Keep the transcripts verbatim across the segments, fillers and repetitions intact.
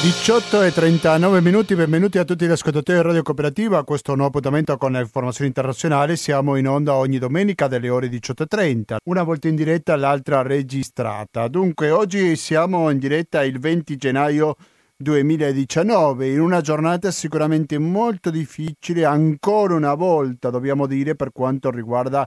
diciotto e trentanove minuti, benvenuti a tutti gli ascoltatori di Radio Cooperativa a questo nuovo appuntamento con le informazioni internazionali. Siamo in onda ogni domenica dalle ore diciotto e trenta, una volta in diretta, l'altra registrata. Dunque, oggi siamo in diretta il venti gennaio duemiladiciannove, in una giornata sicuramente molto difficile, ancora una volta dobbiamo dire, per quanto riguarda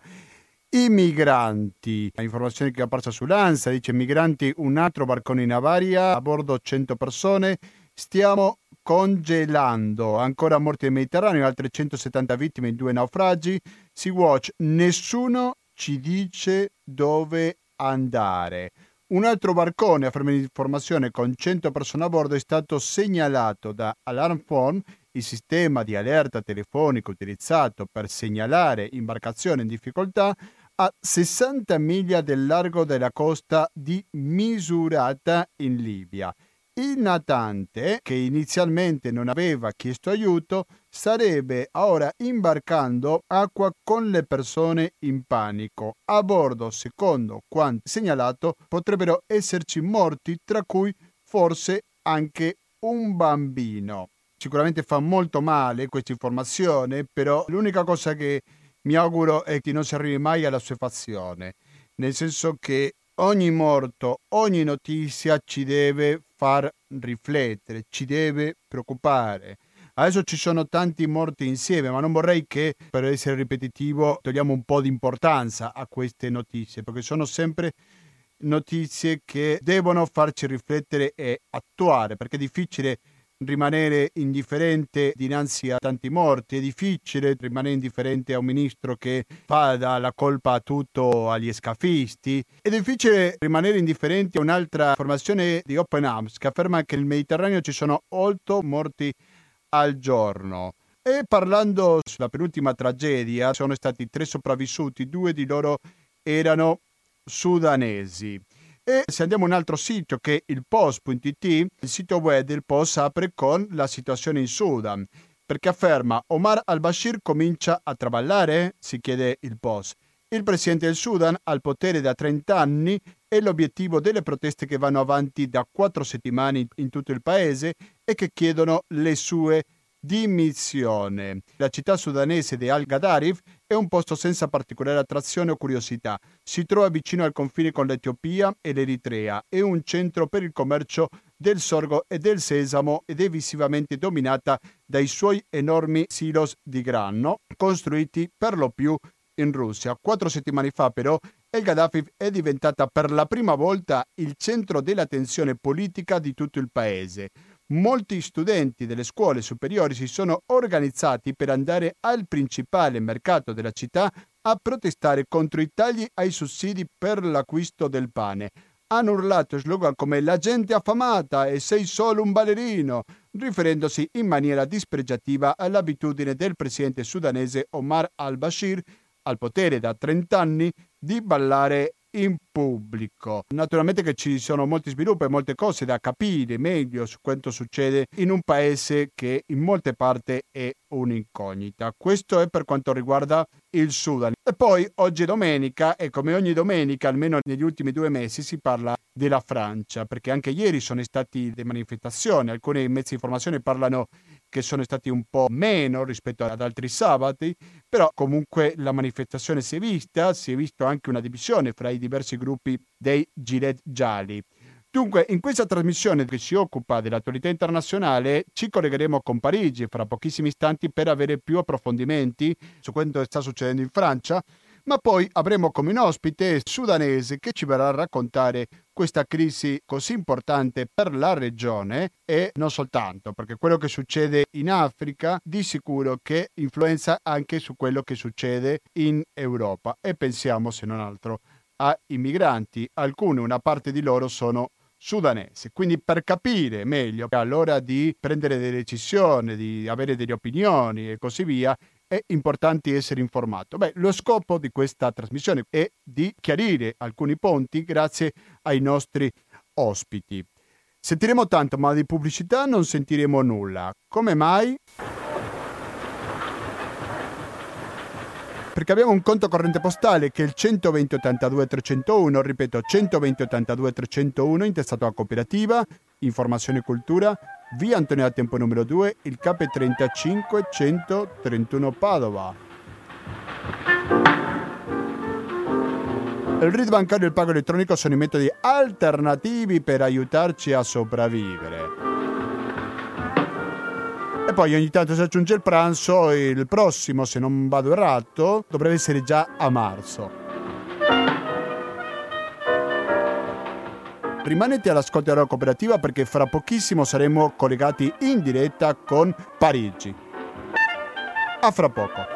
i migranti. La informazione che è apparsa sull'ANSA dice: migranti, un altro barcone in avaria, a bordo cento persone, stiamo congelando, ancora morti nel Mediterraneo, altre centosettanta vittime in due naufragi. Sea-Watch, nessuno ci dice dove andare. Un altro barcone, afferma l'informazione, con cento persone a bordo è stato segnalato da Alarm Phone, il sistema di allerta telefonico utilizzato per segnalare imbarcazioni in difficoltà, a sessanta miglia del largo della costa di Misurata in Libia. Il natante, che inizialmente non aveva chiesto aiuto, starebbe ora imbarcando acqua con le persone in panico. A bordo, secondo quanto segnalato, potrebbero esserci morti, tra cui forse anche un bambino. Sicuramente fa molto male questa informazione, però l'unica cosa che mi auguro è che non si arrivi mai alla assuefazione, nel senso che ogni morto, ogni notizia ci deve far riflettere, ci deve preoccupare. Adesso ci sono tanti morti insieme, ma non vorrei che, per essere ripetitivo, togliamo un po' di importanza a queste notizie, perché sono sempre notizie che devono farci riflettere e attuare, perché è difficile rimanere indifferente dinanzi a tanti morti, è difficile rimanere indifferente a un ministro che fa la colpa a tutto agli scafisti, è difficile rimanere indifferenti a un'altra informazione di Open Arms che afferma che nel Mediterraneo ci sono otto morti al giorno. E parlando sulla penultima tragedia, sono stati tre sopravvissuti, due di loro erano sudanesi. E se andiamo a un altro sito, che è il post punto it, il sito web del Post apre con la situazione in Sudan, perché afferma: Omar al-Bashir comincia a traballare? Si chiede il Post. Il presidente del Sudan, al potere da trenta anni, è l'obiettivo delle proteste che vanno avanti da quattro settimane in tutto il paese e che chiedono le sue dimissioni. La città sudanese di Al-Gadarif è un posto senza particolare attrazione o curiosità. Si trova vicino al confine con l'Etiopia e l'Eritrea. È un centro per il commercio del sorgo e del sesamo ed è visivamente dominata dai suoi enormi silos di grano, costruiti per lo più in Russia. Quattro settimane fa, però, El-Gadarif è diventata per la prima volta il centro dell'attenzione politica di tutto il paese. Molti studenti delle scuole superiori si sono organizzati per andare al principale mercato della città a protestare contro i tagli ai sussidi per l'acquisto del pane. Hanno urlato slogan come "la gente è affamata e sei solo un ballerino", riferendosi in maniera dispregiativa all'abitudine del presidente sudanese Omar al-Bashir, al potere da trenta anni, di ballare in pubblico. Naturalmente che ci sono molti sviluppi e molte cose da capire meglio su quanto succede in un paese che in molte parti è un'incognita. Questo è per quanto riguarda il Sudan. E poi oggi è domenica e come ogni domenica, almeno negli ultimi due mesi, si parla della Francia, perché anche ieri sono state le manifestazioni. Alcuni mezzi di informazione parlano che sono stati un po' meno rispetto ad altri sabati, però comunque la manifestazione si è vista, si è visto anche una divisione fra i diversi gruppi dei gilet gialli. Dunque, in questa trasmissione che si occupa dell'attualità internazionale ci collegheremo con Parigi fra pochissimi istanti per avere più approfondimenti su quanto sta succedendo in Francia, ma poi avremo come un ospite sudanese che ci verrà a raccontare questa crisi così importante per la regione e non soltanto, perché quello che succede in Africa di sicuro che influenza anche su quello che succede in Europa, e pensiamo se non altro ai migranti. Alcuni, una parte di loro sono sudanesi, quindi per capire meglio all'ora di prendere delle decisioni, di avere delle opinioni e così via, è importante essere informato. Beh, lo scopo di questa trasmissione è di chiarire alcuni punti grazie ai nostri ospiti. Sentiremo tanto, ma di pubblicità non sentiremo nulla. Come mai? Perché abbiamo un conto corrente postale che è il centoventi ottantadue trecentouno, ripeto centoventi ottantadue trecentouno, intestato a Cooperativa. Informazione e Cultura, via Antonio da Tempo numero due, il K trentacinque centotrentuno Padova. Il R I D bancario e il pago elettronico sono i metodi alternativi per aiutarci a sopravvivere. E poi ogni tanto si aggiunge il pranzo, il prossimo, se non vado errato, dovrebbe essere già a marzo. Rimanete all'ascolto della cooperativa perché fra pochissimo saremo collegati in diretta con Parigi. A fra poco.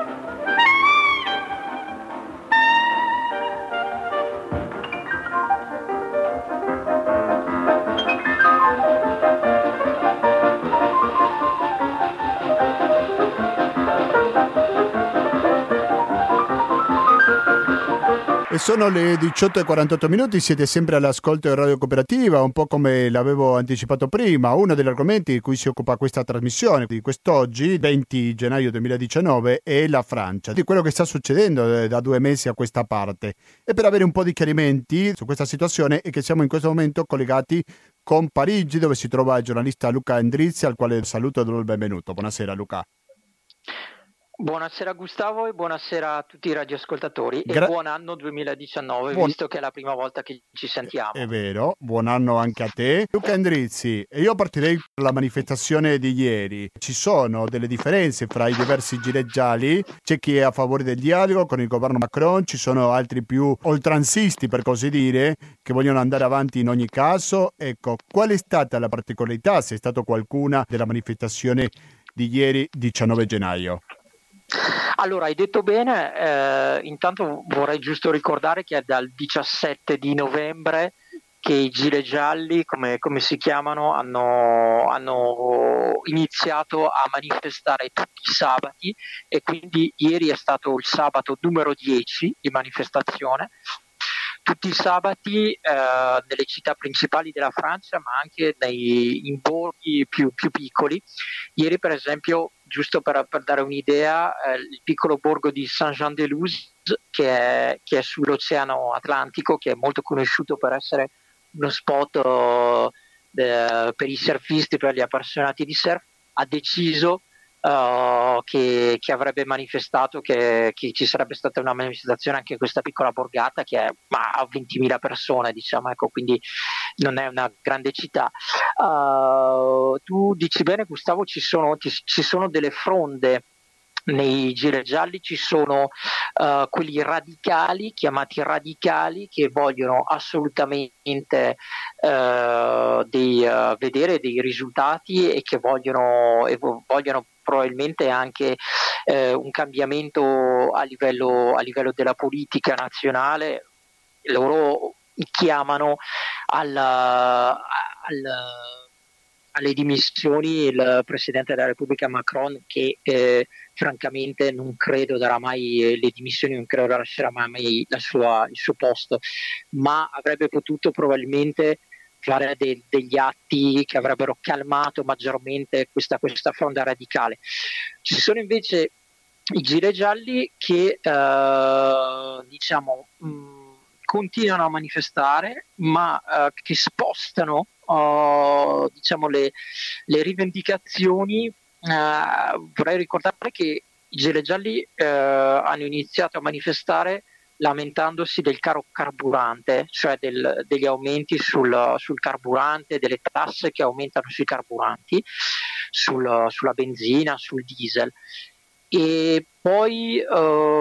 E sono le diciotto e quarantotto minuti, siete sempre all'ascolto di Radio Cooperativa, un po' come l'avevo anticipato prima. Uno degli argomenti di cui si occupa questa trasmissione di quest'oggi, venti gennaio duemiladiciannove, è la Francia, di quello che sta succedendo da due mesi a questa parte. E per avere un po' di chiarimenti su questa situazione è che siamo in questo momento collegati con Parigi, dove si trova il giornalista Luca Endrizzi, al quale saluto e do il benvenuto. Buonasera Luca. Buonasera Gustavo e buonasera a tutti i radioascoltatori Gra- e buon anno duemiladiciannove, buon... visto che è la prima volta che ci sentiamo. È vero, buon anno anche a te. Luca Endrizzi, e io partirei per la manifestazione di ieri. Ci sono delle differenze fra i diversi gilet gialli, c'è chi è a favore del dialogo con il governo Macron, ci sono altri più oltranzisti per così dire, che vogliono andare avanti in ogni caso. Ecco, qual è stata la particolarità, se è stata qualcuna, della manifestazione di ieri diciannove gennaio? Allora, hai detto bene, eh, intanto vorrei giusto ricordare che è dal diciassette di novembre che i gilet gialli, come, come si chiamano, hanno, hanno iniziato a manifestare tutti i sabati e quindi ieri è stato il sabato numero dieci di manifestazione. Tutti i sabati eh, nelle città principali della Francia, ma anche nei, in borghi più, più piccoli. Ieri, per esempio, giusto per, per dare un'idea, eh, il piccolo borgo di Saint-Jean-de-Luz, che è, che è sull'Oceano Atlantico, che è molto conosciuto per essere uno spot uh, de, per i surfisti, per gli appassionati di surf, ha deciso Uh, che, che avrebbe manifestato che, che ci sarebbe stata una manifestazione anche in questa piccola borgata che è ma, a ventimila persone, diciamo, ecco, quindi non è una grande città. Uh, tu dici bene Gustavo, ci sono, ci, ci sono delle fronde. Nei gilet gialli ci sono uh, quelli radicali, chiamati radicali, che vogliono assolutamente uh, dei, uh, vedere dei risultati e che vogliono, e vogliono probabilmente anche uh, un cambiamento a livello, a livello della politica nazionale. Loro chiamano alla, al alle dimissioni il Presidente della Repubblica Macron, che eh, francamente non credo darà mai le dimissioni, non credo lascerà mai la sua, il suo posto, ma avrebbe potuto probabilmente fare de- degli atti che avrebbero calmato maggiormente questa, questa fronda radicale. Ci sono invece i gilet gialli che eh, diciamo mh, continuano a manifestare, ma eh, che spostano uh, diciamo le, le rivendicazioni. Uh, vorrei ricordare che i gilet gialli uh, hanno iniziato a manifestare lamentandosi del caro carburante, cioè del, degli aumenti sul, sul carburante, delle tasse che aumentano sui carburanti, sul, sulla benzina, sul diesel. E poi uh,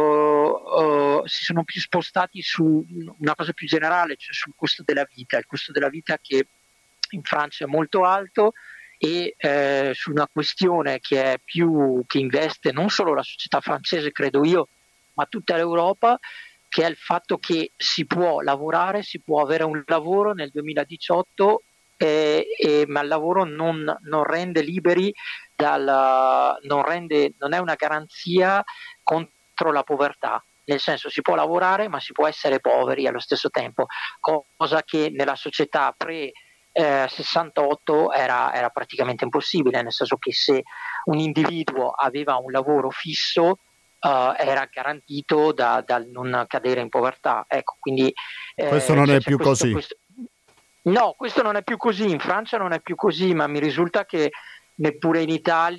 uh, si sono più spostati su una cosa più generale, cioè sul costo della vita, il costo della vita che in Francia è molto alto e eh, su una questione che è più che investe non solo la società francese, credo io, ma tutta l'Europa, che è il fatto che si può lavorare, si può avere un lavoro nel duemiladiciotto, eh, eh, ma il lavoro non, non rende liberi. Dal, non, rende, non è una garanzia contro la povertà, nel senso si può lavorare ma si può essere poveri allo stesso tempo, cosa che nella società pre eh, sessantotto era, era praticamente impossibile, nel senso che se un individuo aveva un lavoro fisso Uh, era garantito da, dal non cadere in povertà. Ecco, quindi, eh, questo non cioè, è più questo, così. Questo... No, questo non è più così, in Francia non è più così, ma mi risulta che neppure in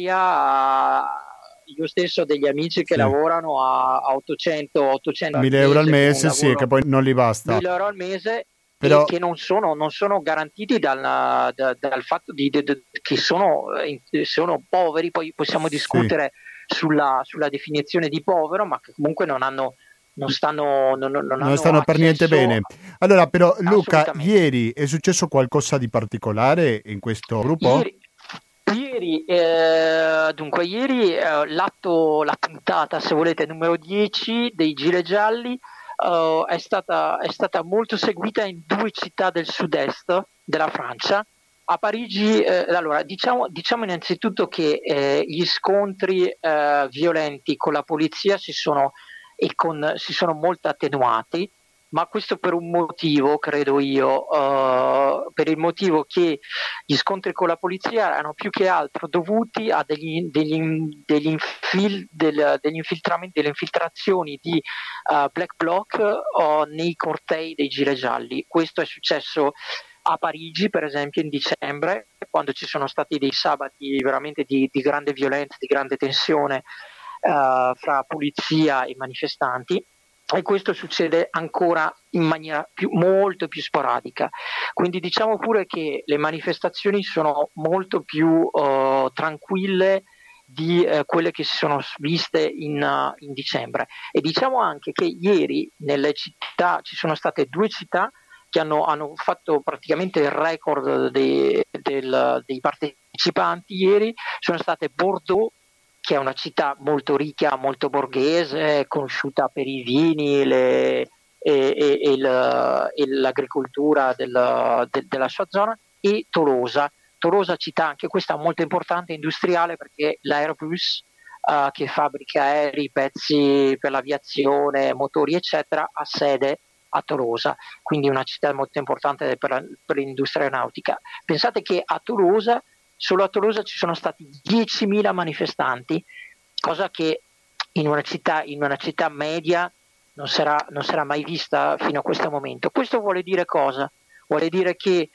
Italia, io stesso ho degli amici che Sì. lavorano a, a ottocento, ottocento al mille euro al mese con un mese, sì, che lavoro poi non li basta. mille euro al mese e Però che non sono, non sono garantiti dal, da- dal fatto di, di- di- che sono, eh, sono poveri. Poi possiamo sì, discutere sulla, sulla definizione di povero, ma che comunque non hanno, non stanno, non, non non hanno stanno per niente accesso. bene. Allora, però, Luca, Assolutamente. ieri è successo qualcosa di particolare in questo gruppo? Ieri, ieri, eh, dunque, ieri eh, l'atto, la puntata, se volete, numero dieci dei Gire Gialli eh, è stata, è stata molto seguita in due città del sud-est della Francia. A Parigi, eh, allora, diciamo, diciamo innanzitutto che eh, gli scontri eh, violenti con la polizia si sono, e con, si sono molto attenuati, ma questo per un motivo, credo io, eh, per il motivo che gli scontri con la polizia erano più che altro dovuti a degli, degli, degli, infil, del, degli infiltramenti, delle infiltrazioni di uh, Black Bloc uh, nei cortei dei Gire Gialli. Questo è successo a Parigi, per esempio, in dicembre, quando ci sono stati dei sabati veramente di, di grande violenza, di grande tensione uh, fra polizia e manifestanti. E questo succede ancora in maniera più, molto più sporadica. Quindi diciamo pure che le manifestazioni sono molto più uh, tranquille di uh, quelle che si sono viste in, uh, in dicembre. E diciamo anche che ieri nelle città, ci sono state due città che hanno, hanno fatto praticamente il record dei, del, dei partecipanti ieri, sono state Bordeaux, che è una città molto ricca, molto borghese, conosciuta per i vini le, e, e, e, il, e l'agricoltura del, de, della sua zona, e Tolosa. Tolosa, città anche questa molto importante, industriale, perché l'Airbus, uh, che fabbrica aerei, pezzi per l'aviazione, motori eccetera, ha sede a Tolosa, quindi una città molto importante per, la, per l'industria aeronautica. Pensate che a Tolosa, solo a Tolosa ci sono stati diecimila manifestanti, cosa che in una città, in una città media non sarà, non sarà mai vista fino a questo momento. Questo vuole dire cosa? Vuole dire che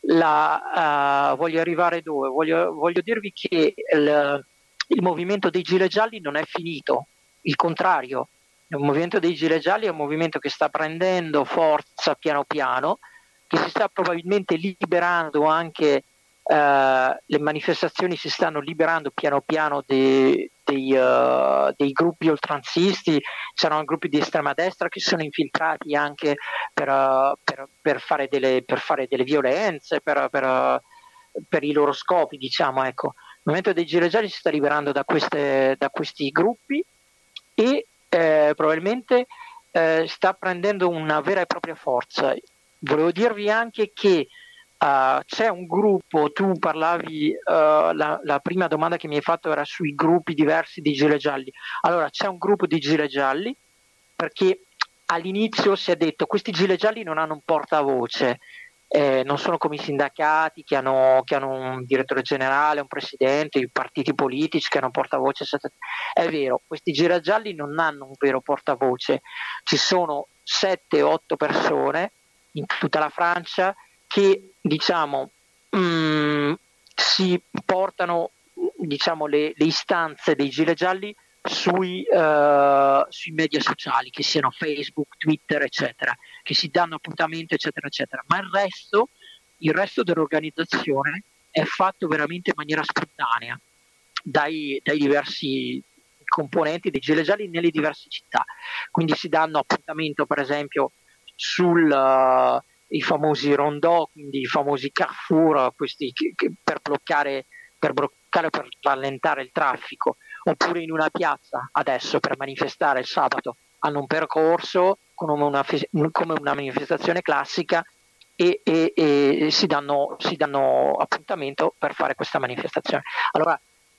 la, uh, voglio arrivare dove? Voglio, voglio dirvi che il, il movimento dei Gilet Gialli non è finito, il contrario. Il movimento dei Gilet Gialli è un movimento che sta prendendo forza piano piano, che si sta probabilmente liberando anche, eh, le manifestazioni si stanno liberando piano piano dei, dei, uh, dei gruppi oltranzisti, c'erano gruppi di estrema destra che sono infiltrati anche per, uh, per, per, fare, delle, per fare delle violenze, per, per, uh, per i loro scopi, diciamo, ecco. Il movimento dei Gilet Gialli si sta liberando da, queste, da questi gruppi e eh, probabilmente eh, sta prendendo una vera e propria forza. Volevo dirvi anche che uh, c'è un gruppo, tu parlavi, uh, la, la prima domanda che mi hai fatto era sui gruppi diversi di Gilet Gialli. Allora, c'è un gruppo di Gilet Gialli perché all'inizio si è detto questi Gilet Gialli non hanno un portavoce, eh, non sono come i sindacati che hanno, che hanno un direttore generale, un presidente, i partiti politici che hanno un portavoce. È vero, questi Gilet Gialli non hanno un vero portavoce, ci sono sette otto persone in tutta la Francia che, diciamo, mh, si portano, diciamo, le, le istanze dei Gilet Gialli sui, uh, sui media sociali, che siano Facebook, Twitter, eccetera, che si danno appuntamento, eccetera, eccetera. Ma il resto, il resto dell'organizzazione è fatto veramente in maniera spontanea dai, dai diversi componenti dei Gilet Gialli nelle diverse città. Quindi si danno appuntamento, per esempio, sul uh, i famosi rondò, quindi i famosi carrefour, questi che, che per bloccare per bloccare, per rallentare il traffico, oppure in una piazza adesso per manifestare il sabato hanno un percorso come una, come una manifestazione classica e, e, e si, danno, si danno appuntamento per fare questa manifestazione. Allora,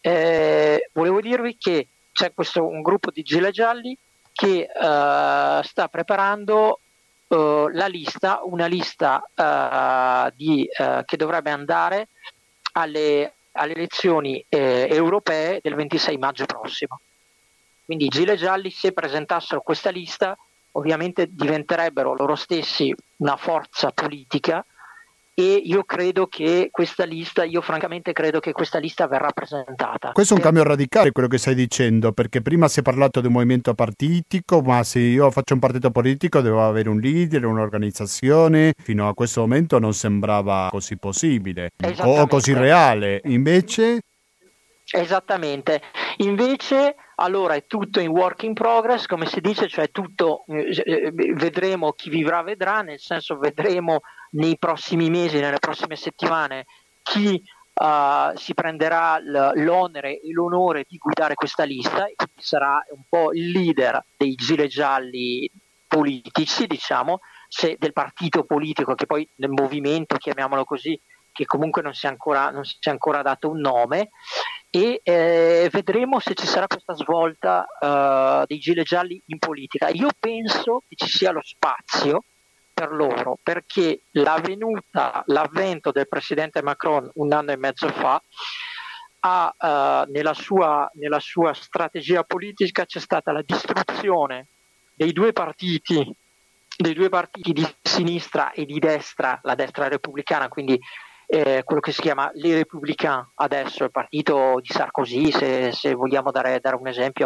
eh, volevo dirvi che c'è questo un gruppo di Gilet Gialli che uh, sta preparando uh, la lista, una lista uh, di, uh, che dovrebbe andare alle, alle elezioni eh, europee del ventisei maggio prossimo. Quindi i Gilet Gialli, se presentassero questa lista, ovviamente diventerebbero loro stessi una forza politica e io credo che questa lista, io francamente credo che questa lista verrà presentata. Questo è un cambio radicale, quello che stai dicendo, perché prima si è parlato di un movimento partitico, ma se io faccio un partito politico devo avere un leader, un'organizzazione. Fino a questo momento non sembrava così possibile o così reale. Invece... Esattamente, invece allora è tutto in work in progress, come si dice, cioè tutto, eh, vedremo, chi vivrà vedrà, nel senso vedremo nei prossimi mesi, nelle prossime settimane, chi uh, si prenderà l'onere e l'onore di guidare questa lista, e quindi sarà un po' il leader dei gilet gialli politici, diciamo, se del partito politico, che poi nel movimento, chiamiamolo così, che comunque non si è ancora, non si è ancora dato un nome, e eh, vedremo se ci sarà questa svolta uh, dei gilet gialli in politica. Io penso che ci sia lo spazio per loro, perché la venuta, l'avvento del presidente Macron un anno e mezzo fa ha, uh, nella, sua, nella sua strategia politica c'è stata la distruzione dei due partiti dei due partiti di sinistra e di destra, la destra repubblicana, quindi Eh, quello che si chiama Les Républicains adesso, il partito di Sarkozy, se, se vogliamo dare, dare un esempio.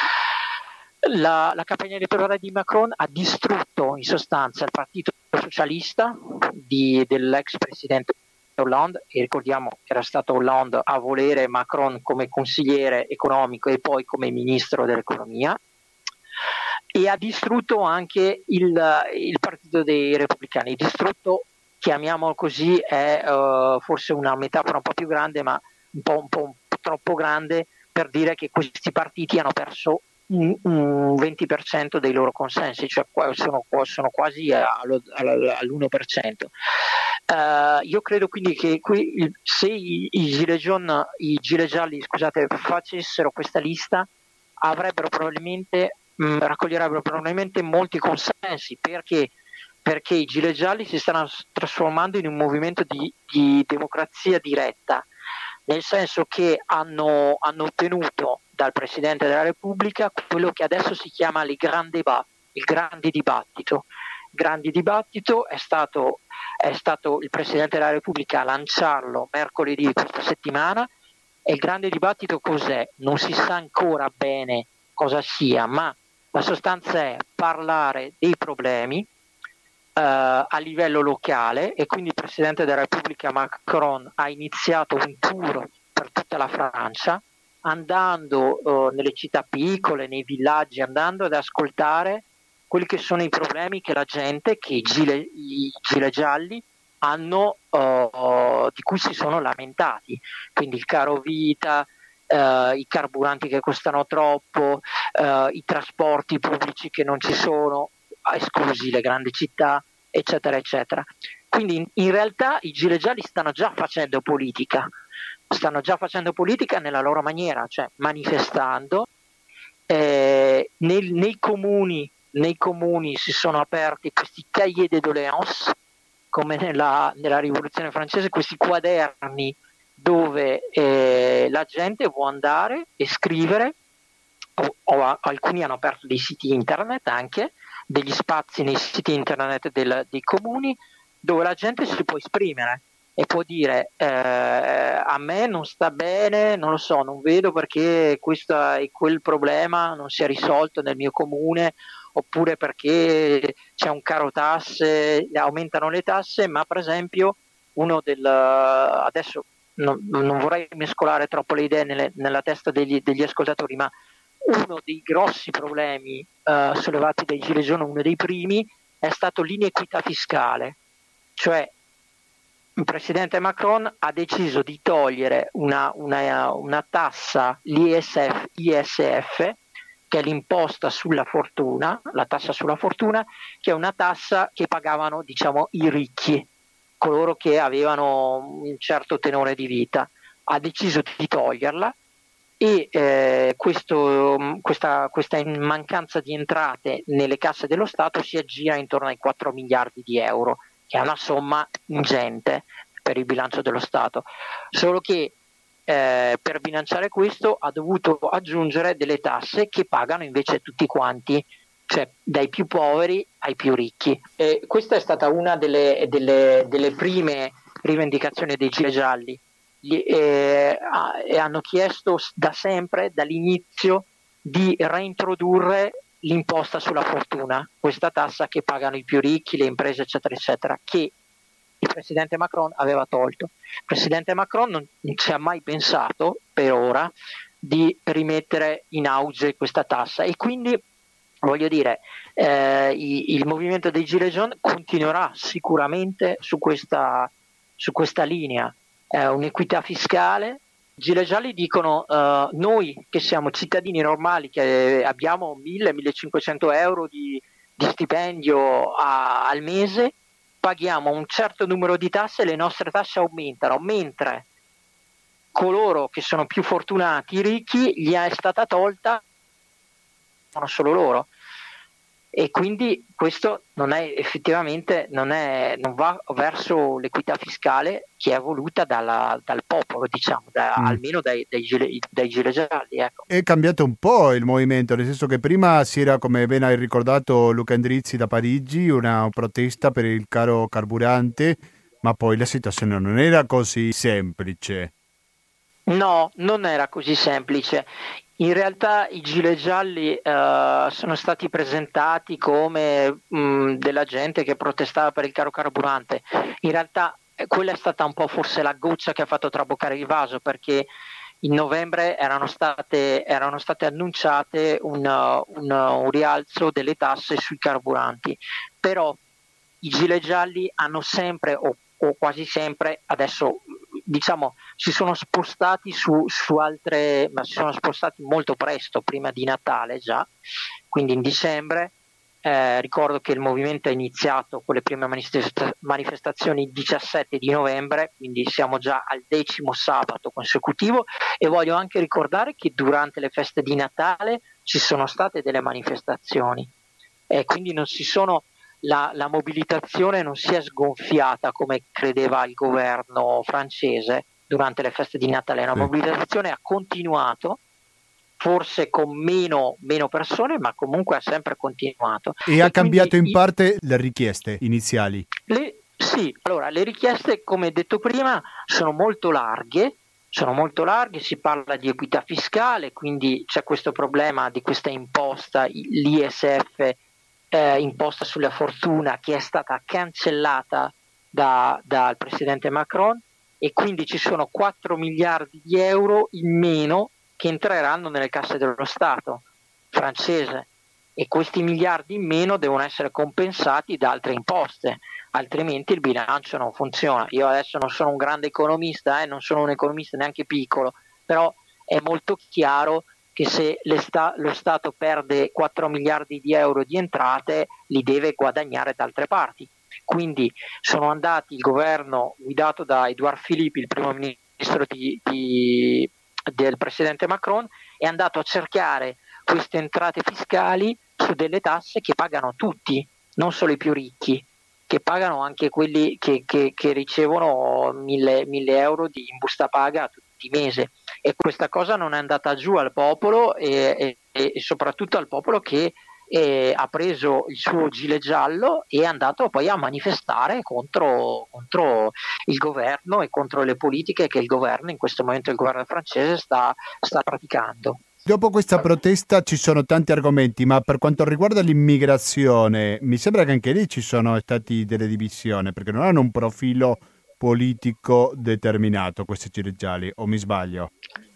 La, la campagna elettorale di Macron ha distrutto in sostanza il partito socialista di, dell'ex presidente Hollande, e ricordiamo che era stato Hollande a volere Macron come consigliere economico e poi come ministro dell'economia, e ha distrutto anche il, il partito dei repubblicani, distrutto, chiamiamolo così, è uh, forse una metafora un po' più grande, ma un po', un po', un po' troppo grande per dire che questi partiti hanno perso un, un venti per cento dei loro consensi, cioè sono, sono quasi allo, all'uno per cento. Uh, io credo quindi che qui, se i, i, gilet jaune, i gilet gialli scusate, facessero questa lista, avrebbero probabilmente mh, raccoglierebbero probabilmente molti consensi, perché perché i gilet gialli si stanno trasformando in un movimento di, di democrazia diretta, nel senso che hanno, hanno ottenuto dal Presidente della Repubblica quello che adesso si chiama il Grand Débat, il grande dibattito. Il grande dibattito è stato, è stato il Presidente della Repubblica a lanciarlo mercoledì di questa settimana, e il grande dibattito cos'è? Non si sa ancora bene cosa sia, ma la sostanza è parlare dei problemi Uh, a livello locale, e quindi il Presidente della Repubblica Macron ha iniziato un tour per tutta la Francia, andando uh, nelle città piccole, nei villaggi, andando ad ascoltare quelli che sono i problemi che la gente, che i gilet, i gilet gialli hanno, uh, di cui si sono lamentati, quindi il caro vita, uh, i carburanti che costano troppo, uh, i trasporti pubblici che non ci sono, esclusi le grandi città, eccetera, eccetera. Quindi in, in realtà i gilet gialli stanno già facendo politica, stanno già facendo politica nella loro maniera, cioè manifestando. Eh, nel, nei, comuni, nei comuni si sono aperti questi cahiers de doléances, come nella, nella rivoluzione francese, questi quaderni dove eh, la gente può andare e scrivere, o, o alcuni hanno aperto dei siti internet anche, degli spazi nei siti internet del, dei comuni, dove la gente si può esprimere e può dire eh, a me non sta bene, non lo so, non vedo perché questo e quel problema non si è risolto nel mio comune, oppure perché c'è un caro tasse, aumentano le tasse, ma per esempio uno del adesso non, non vorrei mescolare troppo le idee nelle, nella testa degli, degli ascoltatori, ma uno dei grossi problemi uh, sollevati dai gilet jaune, uno dei primi, è stato l'inequità fiscale, cioè il presidente Macron ha deciso di togliere una, una, una tassa, l'I S F, I S F, che è l'imposta sulla fortuna, la tassa sulla fortuna, che è una tassa che pagavano, diciamo, i ricchi, coloro che avevano un certo tenore di vita. Ha deciso di toglierla, e eh, questo, questa, questa mancanza di entrate nelle casse dello Stato si aggira intorno ai quattro miliardi di euro, che è una somma ingente per il bilancio dello Stato, solo che eh, per bilanciare questo ha dovuto aggiungere delle tasse che pagano invece tutti quanti cioè dai più poveri ai più ricchi. E questa è stata una delle, delle, delle prime rivendicazioni dei Gilet Gialli. Gli, eh, e hanno chiesto da sempre, dall'inizio, di reintrodurre l'imposta sulla fortuna, questa tassa che pagano i più ricchi, le imprese, eccetera, eccetera, che il presidente Macron aveva tolto. Il presidente Macron non, non ci ha mai pensato, per ora, di rimettere in auge questa tassa, e quindi voglio dire, eh, il, il movimento dei Gilets jaunes continuerà sicuramente su questa, su questa linea, eh, un'equità fiscale. I Gilet gialli dicono uh, noi che siamo cittadini normali, che abbiamo mille millecinquecento euro di, di stipendio a, al mese, paghiamo un certo numero di tasse e le nostre tasse aumentano, mentre coloro che sono più fortunati, i ricchi, gli è stata tolta, sono solo loro. E quindi questo non è effettivamente non, è, non va verso l'equità fiscale che è voluta dalla, dal popolo, diciamo, da, mm. almeno dai, dai, gilet, dai gilet gialli. Ecco. È cambiato un po' il movimento, nel senso che prima si era, come ben hai ricordato Luca Endrizzi da Parigi, una protesta per il caro carburante, ma poi la situazione non era così semplice. No, non era così semplice. In realtà i Gilet gialli uh, sono stati presentati come mh, della gente che protestava per il caro carburante. In realtà eh, quella è stata un po' forse la goccia che ha fatto traboccare il vaso, perché in novembre erano state, erano state annunciate un, un, un rialzo delle tasse sui carburanti, però i Gilet gialli hanno sempre o, o quasi sempre adesso diciamo si sono spostati su, su altre, ma si sono spostati molto presto, prima di Natale già, quindi in dicembre. Eh, ricordo che il movimento è iniziato con le prime manifesta- manifestazioni il diciassette di novembre, quindi siamo già al decimo sabato consecutivo, e voglio anche ricordare che durante le feste di Natale ci sono state delle manifestazioni, e eh, quindi non si sono La, la mobilitazione non si è sgonfiata come credeva il governo francese durante le feste di Natale. La sì. mobilitazione ha continuato, forse con meno, meno persone, ma comunque ha sempre continuato. E, e ha cambiato in i, parte le richieste iniziali? Le, sì, allora le richieste, come detto prima, sono molto larghe. Sono molto larghe, si parla di equità fiscale, quindi c'è questo problema di questa imposta, l'I S F, Eh, imposta sulla fortuna, che è stata cancellata da, dal presidente Macron, e quindi ci sono quattro miliardi di euro in meno che entreranno nelle casse dello Stato francese, e questi miliardi in meno devono essere compensati da altre imposte, altrimenti il bilancio non funziona. Io adesso non sono un grande economista, eh, non sono un economista neanche piccolo, però è molto chiaro che se lo Stato perde quattro miliardi di euro di entrate, li deve guadagnare da altre parti. Quindi sono andati, il governo guidato da Edouard Philippe, il primo ministro di, di, del presidente Macron, è andato a cercare queste entrate fiscali su delle tasse che pagano tutti, non solo i più ricchi, che pagano anche quelli che, che, che ricevono mille, mille euro di in busta paga tutti i mesi. E questa cosa non è andata giù al popolo, e, e, e soprattutto al popolo che eh, ha preso il suo gilet giallo e è andato poi a manifestare contro, contro il governo e contro le politiche che il governo, in questo momento il governo francese, sta, sta praticando. Dopo questa protesta ci sono tanti argomenti, ma per quanto riguarda l'immigrazione mi sembra che anche lì ci sono stati delle divisioni, perché non hanno un profilo politico determinato questi gilet gialli, o mi sbaglio?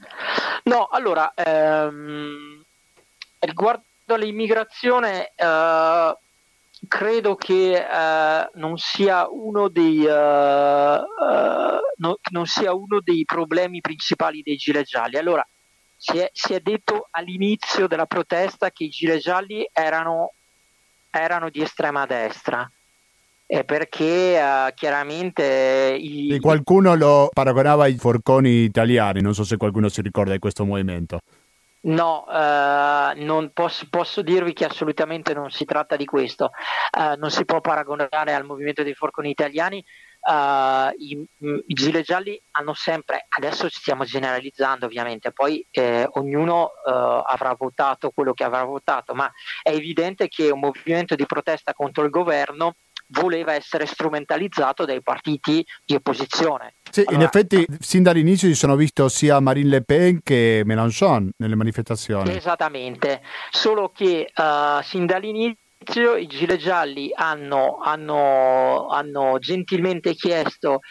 No, allora ehm, riguardo all'immigrazione eh, credo che eh, non sia uno dei eh, eh, no, non sia uno dei problemi principali dei gilet gialli. Allora si è, si è detto all'inizio della protesta che i gilet gialli erano erano di estrema destra. Eh, perché uh, chiaramente i... e qualcuno lo paragonava ai forconi italiani, non so se qualcuno si ricorda di questo movimento. No, uh, non posso, posso dirvi che assolutamente non si tratta di questo, uh, non si può paragonare al movimento dei forconi italiani, Uh, i, i gilet gialli hanno sempre, adesso stiamo generalizzando ovviamente, poi eh, ognuno uh, avrà votato quello che avrà votato, ma è evidente che un movimento di protesta contro il governo voleva essere strumentalizzato dai partiti di opposizione. Sì, allora, in effetti sin dall'inizio si sono visto sia Marine Le Pen che Mélenchon nelle manifestazioni. Esattamente, solo che uh, sin dall'inizio i gilet gialli hanno, hanno, hanno gentilmente chiesto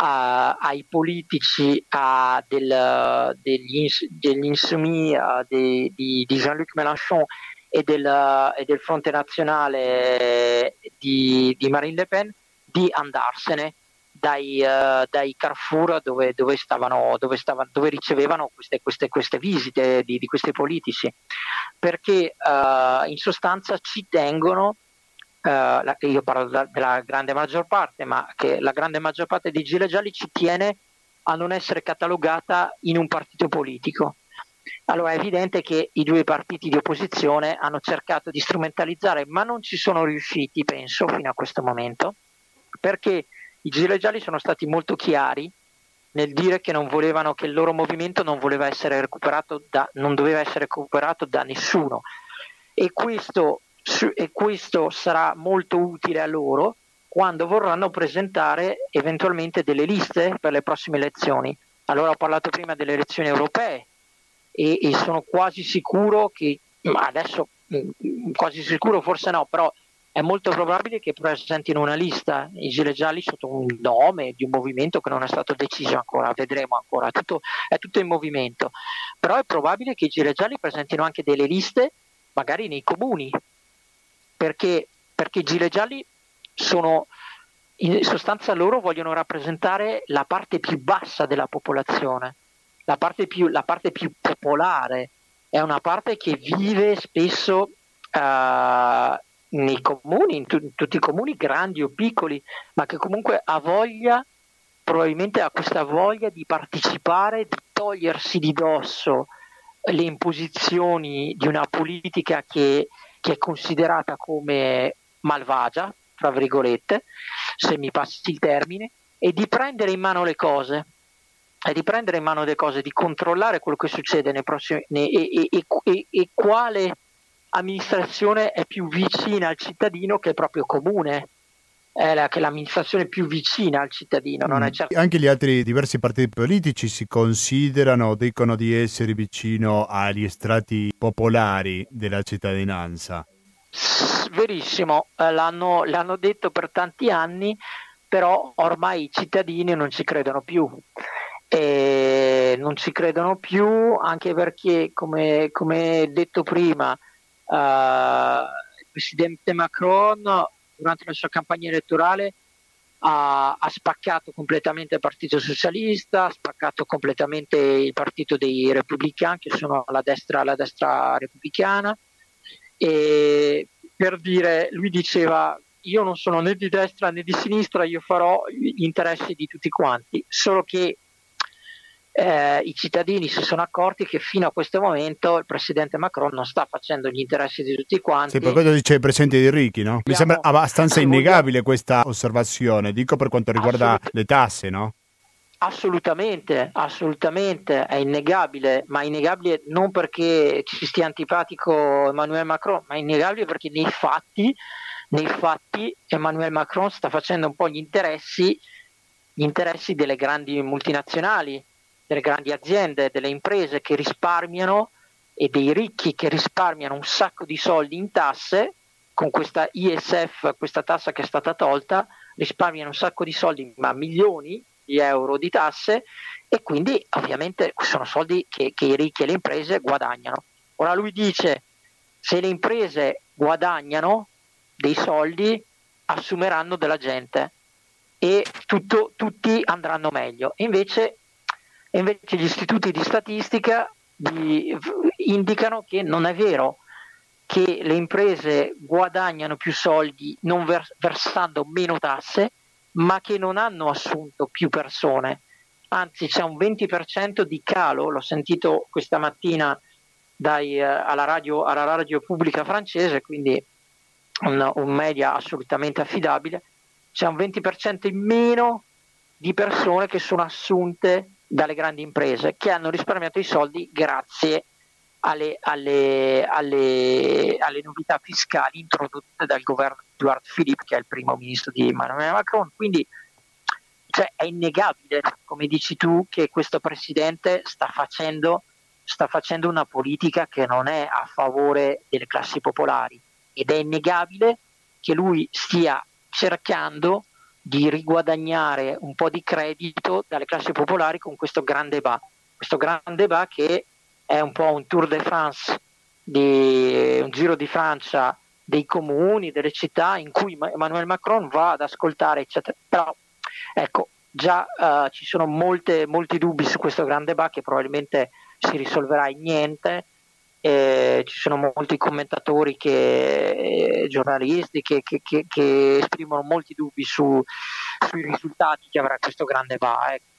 a, ai politici a del, degli, degli insoumis uh, de, di, di Jean-Luc Mélenchon e del, e del Fronte Nazionale di, di Marine Le Pen di andarsene dai, uh, dai Carrefour dove, dove, stavano, dove, stavano, dove ricevevano queste, queste, queste visite di, di questi politici, perché uh, in sostanza ci tengono, uh, la, io parlo da, della grande maggior parte, ma che la grande maggior parte dei gilet gialli ci tiene a non essere catalogata in un partito politico. Allora è evidente che i due partiti di opposizione hanno cercato di strumentalizzare, ma non ci sono riusciti, penso, fino a questo momento, perché i gilet gialli sono stati molto chiari nel dire che non volevano, che il loro movimento non voleva essere recuperato da, non doveva essere recuperato da nessuno, e questo, e questo sarà molto utile a loro quando vorranno presentare eventualmente delle liste per le prossime elezioni. Allora ho parlato prima delle elezioni europee e, e sono quasi sicuro che, ma adesso quasi sicuro forse no, però è molto probabile che presentino una lista i gilet gialli sotto un nome di un movimento che non è stato deciso ancora, vedremo ancora, è tutto, è tutto in movimento, però è probabile che i gilet gialli presentino anche delle liste magari nei comuni, perché, perché i gilet gialli sono, in sostanza loro vogliono rappresentare la parte più bassa della popolazione, la parte più, la parte più popolare, è una parte che vive spesso uh, nei comuni, in, tu- in tutti i comuni grandi o piccoli, ma che comunque ha voglia, probabilmente ha questa voglia di partecipare, di togliersi di dosso le imposizioni di una politica che, che è considerata come malvagia, tra virgolette, se mi passi il termine, e di prendere in mano le cose, e di prendere in mano le cose, di controllare quello che succede nei prossimi, nei, e, e, e, e quale amministrazione è più vicina al cittadino, che è proprio comune, è la, che è l'amministrazione più vicina al cittadino. Non è certo... Anche gli altri diversi partiti politici si considerano, dicono di essere vicino agli strati popolari della cittadinanza. Verissimo, l'hanno, l'hanno detto per tanti anni, però ormai i cittadini non ci credono più. E non ci credono più anche perché, come, come detto prima, Uh, il presidente Macron durante la sua campagna elettorale ha, ha spaccato completamente il Partito Socialista, ha spaccato completamente il partito dei repubblicani, che sono alla destra, alla destra repubblicana, e per dire, lui diceva: io non sono né di destra né di sinistra, io farò gli interessi di tutti quanti, solo che Eh, i cittadini si sono accorti che fino a questo momento il presidente Macron non sta facendo gli interessi di tutti quanti. Sì, per quello dice il presidente di Ricchi, no? Mi sembra abbastanza innegabile questa osservazione, dico per quanto riguarda Assolut- le tasse, no? Assolutamente, assolutamente, è innegabile, ma è innegabile non perché ci stia antipatico Emmanuel Macron, ma è innegabile perché nei fatti, nei fatti Emmanuel Macron sta facendo un po' gli interessi, gli interessi delle grandi multinazionali, delle grandi aziende, delle imprese che risparmiano e dei ricchi che risparmiano un sacco di soldi in tasse. Con questa I S F, questa tassa che è stata tolta, risparmiano un sacco di soldi, ma milioni di euro di tasse, e quindi ovviamente sono soldi che, che i ricchi e le imprese guadagnano. Ora lui dice: se le imprese guadagnano dei soldi, assumeranno della gente e tutto, tutti andranno meglio. E invece E invece gli istituti di statistica di, indicano che non è vero, che le imprese guadagnano più soldi non vers- versando meno tasse, ma che non hanno assunto più persone. Anzi, c'è un venti per cento di calo, l'ho sentito questa mattina dai, eh, alla, radio, alla radio pubblica francese, quindi un, un media assolutamente affidabile. c'è un venti per cento in meno di persone che sono assunte dalle grandi imprese, che hanno risparmiato i soldi grazie alle, alle, alle, alle novità fiscali introdotte dal governo di Edouard Philippe, che è il primo ministro di Emmanuel Macron. Quindi cioè, è innegabile, come dici tu, che questo presidente sta facendo, sta facendo una politica che non è a favore delle classi popolari, ed è innegabile che lui stia cercando di riguadagnare un po' di credito dalle classi popolari con questo gran débat, questo gran débat che è un po' un Tour de France, di, un giro di Francia dei comuni, delle città in cui Emmanuel Macron va ad ascoltare, eccetera. Però ecco, già uh, ci sono molte, molti dubbi su questo gran débat che probabilmente si risolverà in niente. Eh, ci sono molti commentatori, che, eh, giornalisti che, che, che, che esprimono molti dubbi su, sui risultati che avrà questo gran débat, eh.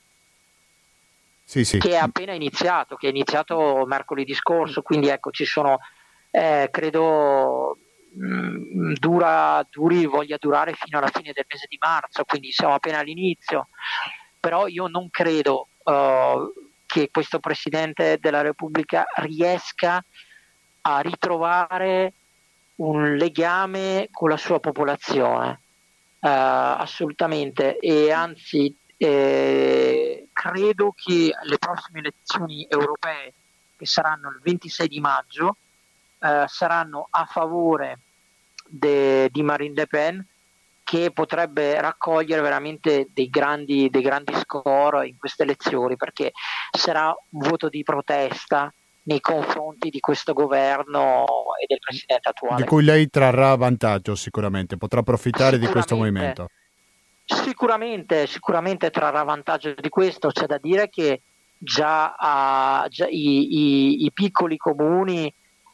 Sì, sì. Che è appena iniziato, che è iniziato mercoledì scorso, quindi ecco, ci sono, eh, credo mh, dura, duri, voglia durare fino alla fine del mese di marzo, quindi siamo appena all'inizio, però io non credo uh, che questo Presidente della Repubblica riesca a ritrovare un legame con la sua popolazione, uh, assolutamente, e anzi eh, credo che le prossime elezioni europee, che saranno il ventisei di maggio, uh, saranno a favore de, di Marine Le Pen, che potrebbe raccogliere veramente dei grandi, dei grandi score in queste elezioni, perché sarà un voto di protesta nei confronti di questo governo e del presidente attuale. Di cui lei trarrà vantaggio sicuramente, potrà approfittare di questo movimento. Sicuramente, sicuramente trarrà vantaggio di questo. C'è da dire che già, uh, già i, i, i piccoli comuni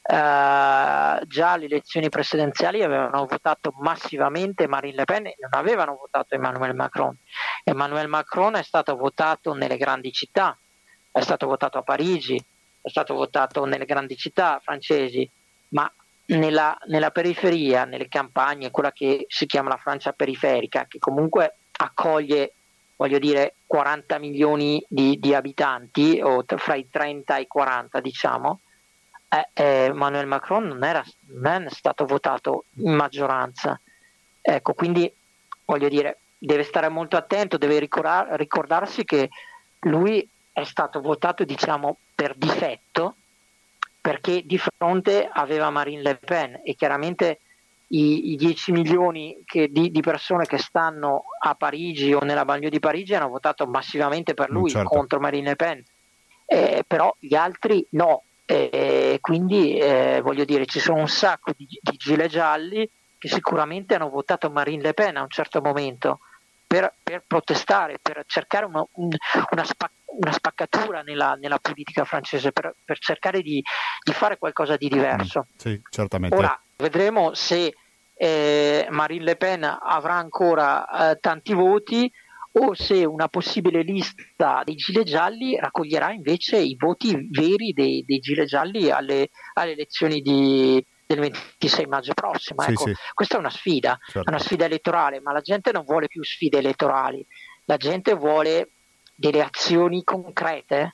Uh, già alle elezioni presidenziali avevano votato massivamente Marine Le Pen e non avevano votato Emmanuel Macron. Emmanuel Macron è stato votato nelle grandi città, è stato votato a Parigi, è stato votato nelle grandi città francesi, ma nella, nella periferia, nelle campagne, quella che si chiama la Francia periferica, che comunque accoglie, voglio dire, quaranta milioni di, di abitanti, o t- fra i trenta e i quaranta, diciamo. Eh, eh, Emmanuel Macron non, era, non è stato votato in maggioranza, ecco, quindi voglio dire, deve stare molto attento, deve ricordar, ricordarsi che lui è stato votato, diciamo, per difetto, perché di fronte aveva Marine Le Pen, e chiaramente i, i dieci milioni che, di, di persone che stanno a Parigi o nella banlieue di Parigi hanno votato massivamente per lui, certo, contro Marine Le Pen, eh, però gli altri no. E quindi eh, voglio dire, ci sono un sacco di, di gilet gialli che sicuramente hanno votato Marine Le Pen a un certo momento per, per protestare, per cercare una, un, una, spac- una spaccatura nella, nella politica francese, per, per cercare di, di fare qualcosa di diverso. Mm, sì, certamente. Ora vedremo se eh, Marine Le Pen avrà ancora eh, tanti voti, o se una possibile lista dei gilet gialli raccoglierà invece i voti veri dei, dei gilet gialli alle, alle elezioni di, del ventisei maggio prossimo. Sì, ecco, sì. Questa è una sfida, Certo. è una sfida elettorale, ma la gente non vuole più sfide elettorali, la gente vuole delle azioni concrete,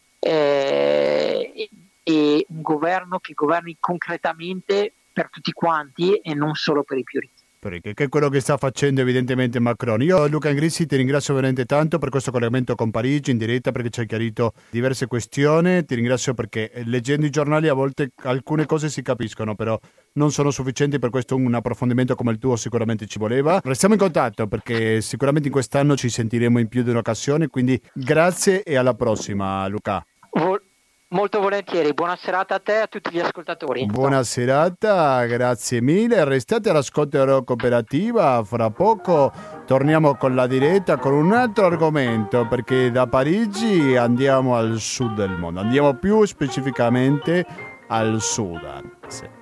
eh, e, e un governo che governi concretamente per tutti quanti e non solo per i più ricchi. Che è quello che sta facendo evidentemente Macron. Io, Luca Ingrissi, ti ringrazio veramente tanto per questo collegamento con Parigi in diretta, perché ci hai chiarito diverse questioni. Ti ringrazio perché leggendo i giornali a volte alcune cose si capiscono, però non sono sufficienti, per questo un approfondimento come il tuo sicuramente ci voleva. Restiamo in contatto, perché sicuramente in quest'anno ci sentiremo in più di un'occasione, quindi grazie e alla prossima, Luca. Vol- Molto volentieri, buona serata a te e a tutti gli ascoltatori. Buona no. serata, grazie mille, restate all'ascolto della cooperativa, fra poco torniamo con la diretta con un altro argomento, perché da Parigi andiamo al sud del mondo, andiamo più specificamente al Sudan. Sì.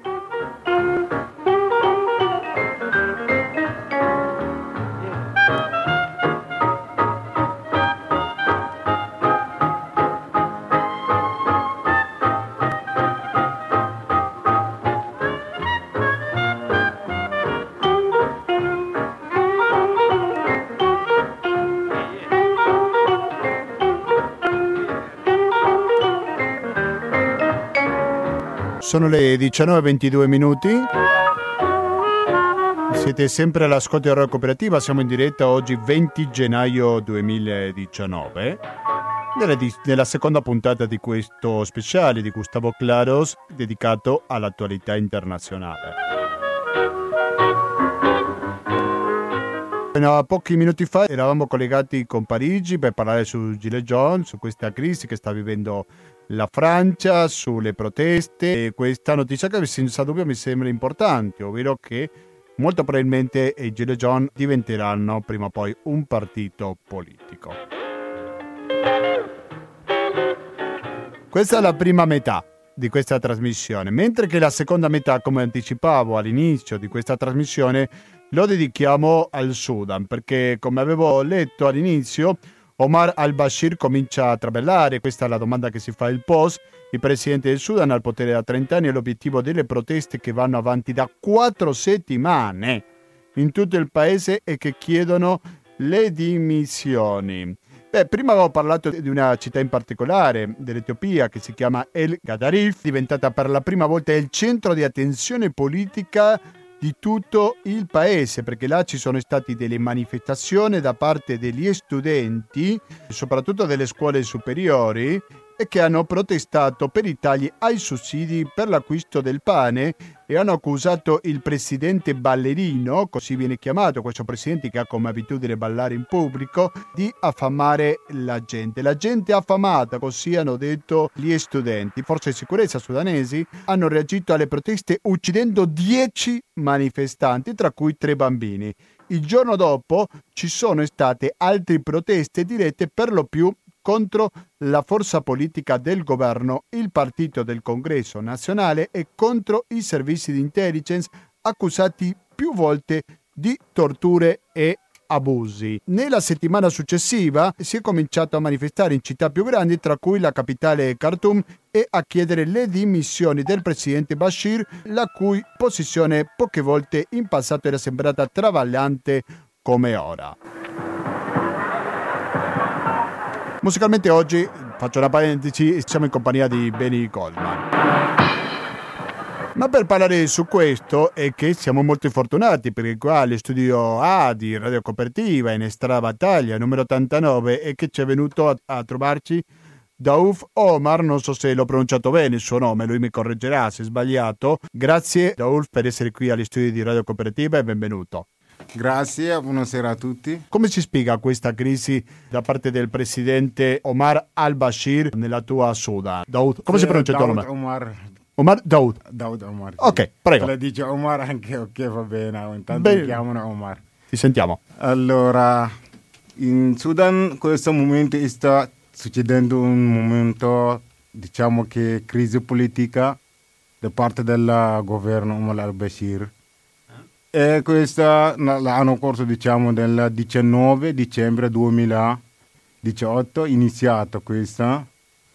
Sono le diciannove e ventidue minuti. Siete sempre all'ascolto di Radio Cooperativa, siamo in diretta oggi venti gennaio duemiladiciannove, nella, di- nella seconda puntata di questo speciale di Gustavo Claros dedicato all'attualità internazionale. Fino a pochi minuti fa eravamo collegati con Parigi per parlare su Gilets Jaunes, su questa crisi che sta vivendo la Francia, sulle proteste, e questa notizia che senza dubbio mi sembra importante, ovvero che molto probabilmente i Gilets Jaunes diventeranno prima o poi un partito politico. Questa è la prima metà di questa trasmissione, mentre che la seconda metà, come anticipavo all'inizio di questa trasmissione, lo dedichiamo al Sudan, perché come avevo letto all'inizio, Omar al-Bashir comincia a traballare. Questa è la domanda che si fa il Post. Il presidente del Sudan al potere da trenta anni e l'obiettivo delle proteste che vanno avanti da quattro settimane in tutto il paese e che chiedono le dimissioni. Beh, prima avevo parlato di una città in particolare dell'Etiopia che si chiama El Gadarif, diventata per la prima volta il centro di attenzione politica di tutto il paese, perché là ci sono state delle manifestazioni da parte degli studenti, soprattutto delle scuole superiori, e che hanno protestato per i tagli ai sussidi per l'acquisto del pane e hanno accusato il presidente ballerino, così viene chiamato questo presidente che ha come abitudine ballare in pubblico, di affamare la gente. La gente affamata, così hanno detto gli studenti. Forze di sicurezza sudanesi hanno reagito alle proteste uccidendo dieci manifestanti, tra cui tre bambini. Il giorno dopo ci sono state altre proteste dirette per lo più contro la forza politica del governo, il partito del Congresso nazionale e contro i servizi di intelligence accusati più volte di torture e abusi. Nella settimana successiva si è cominciato a manifestare in città più grandi, tra cui la capitale Khartoum, e a chiedere le dimissioni del presidente Bashir, la cui posizione poche volte in passato era sembrata travagliante come ora. Musicalmente oggi, faccio una parentesi, siamo in compagnia di Benny Goldman. Ma per parlare su questo è che siamo molto fortunati, perché qua allo studio A di Radio Cooperativa in Strada Battaglia numero ottantanove è che ci è venuto a, a trovarci Daoud Omar, non so se l'ho pronunciato bene il suo nome, lui mi correggerà se è sbagliato. Grazie Daoud per essere qui agli studi di Radio Cooperativa e benvenuto. Grazie, buonasera a tutti. Come si spiega questa crisi da parte del presidente Omar al-Bashir nella tua Sudan? Daoud, come sì, si pronuncia il tuo nome? Omar. Omar Daoud. Daoud Omar. Sì. Ok, prego. Le dice Omar anche, ok, va bene, intanto mi chiamano Omar. Ti sentiamo. Allora, in Sudan in questo momento sta succedendo un momento, diciamo che crisi politica da parte del governo Omar al-Bashir. E questa l'anno corso, diciamo, del diciannove dicembre duemiladiciotto, iniziata questa,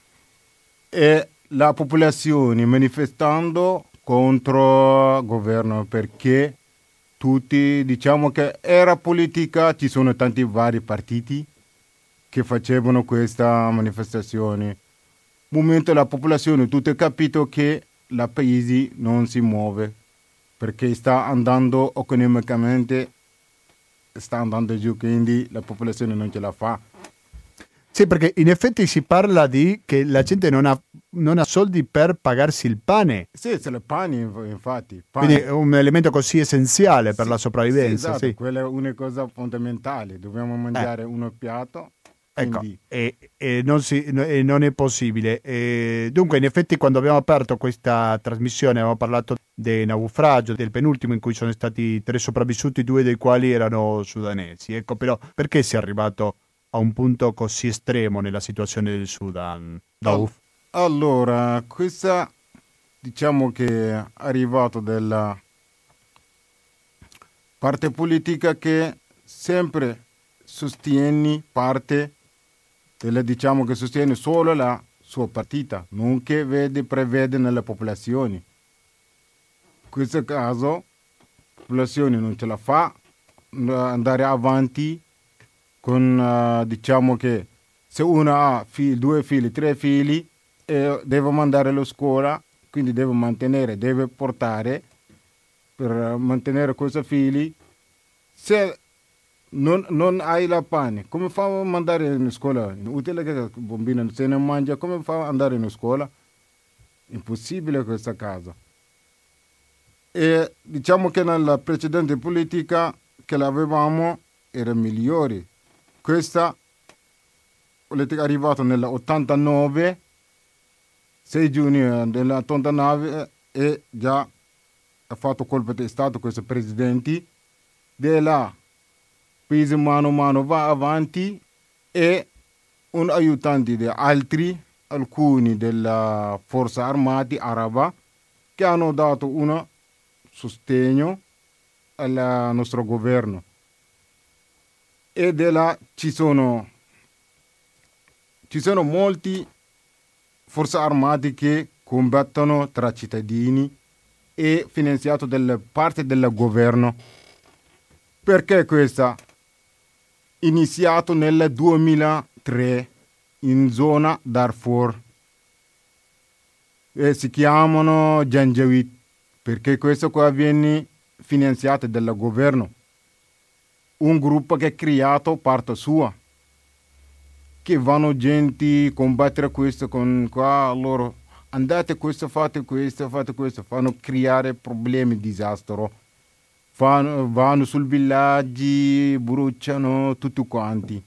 e la popolazione manifestando contro il governo perché tutti, diciamo che era politica, ci sono tanti vari partiti che facevano questa manifestazione. Al momento la popolazione tutta ha capito che il paese non si muove, perché sta andando economicamente, sta andando giù, quindi la popolazione non ce la fa. Sì, perché in effetti si parla di che la gente non ha, non ha soldi per pagarsi il pane. Sì, c'è il pane, infatti. Pane. Quindi è un elemento così essenziale per sì, la sopravvivenza. Sì, esatto, sì. Quella è una cosa fondamentale, dobbiamo mangiare eh. uno piatto. Ecco, e, e, non si, e non è possibile. E dunque, in effetti, quando abbiamo aperto questa trasmissione abbiamo parlato del naufragio, del penultimo in cui sono stati tre sopravvissuti, due dei quali erano sudanesi. Ecco, però, perché si è arrivato a un punto così estremo nella situazione del Sudan? Daoud? Allora, questa, diciamo che è arrivato dalla parte politica che sempre sostiene parte della, diciamo che sostiene solo la sua partita, non che vede, prevede nella popolazione. In questo caso la popolazione non ce la fa andare avanti con, uh, diciamo che se uno ha figli, due figli, tre figli e deve mandare alla scuola, in quindi deve mantenere, deve portare per mantenere questi figli. Se non, non hai la pane, come fa a mandare in scuola? Utile che il bambino se ne mangia, come fa ad andare in scuola? Impossibile questa cosa. E diciamo che nella precedente politica che l'avevamo era migliore. Questa politica è arrivata nell'ottantanove, sei giugno dell'ottantanove, e già ha fatto colpo di Stato questi presidenti. Da là, paese mano a mano va avanti e un aiutante di altri, alcuni della forza armata araba, che hanno dato un sostegno al nostro governo. E da là ci sono, ci sono molti forze armate che combattono tra cittadini e finanziato da parte del governo. Perché questa? Iniziato nel duemilatré in zona Darfur. E si chiamano Janjaweed, perché questo qua viene finanziato dal governo. Un gruppo che è creato parte sua, che vanno gente a combattere questo con qua loro. Andate questo, fate questo, fate questo. Fanno creare problemi, disastro. Fanno, vanno sul villaggi, bruciano tutti quanti.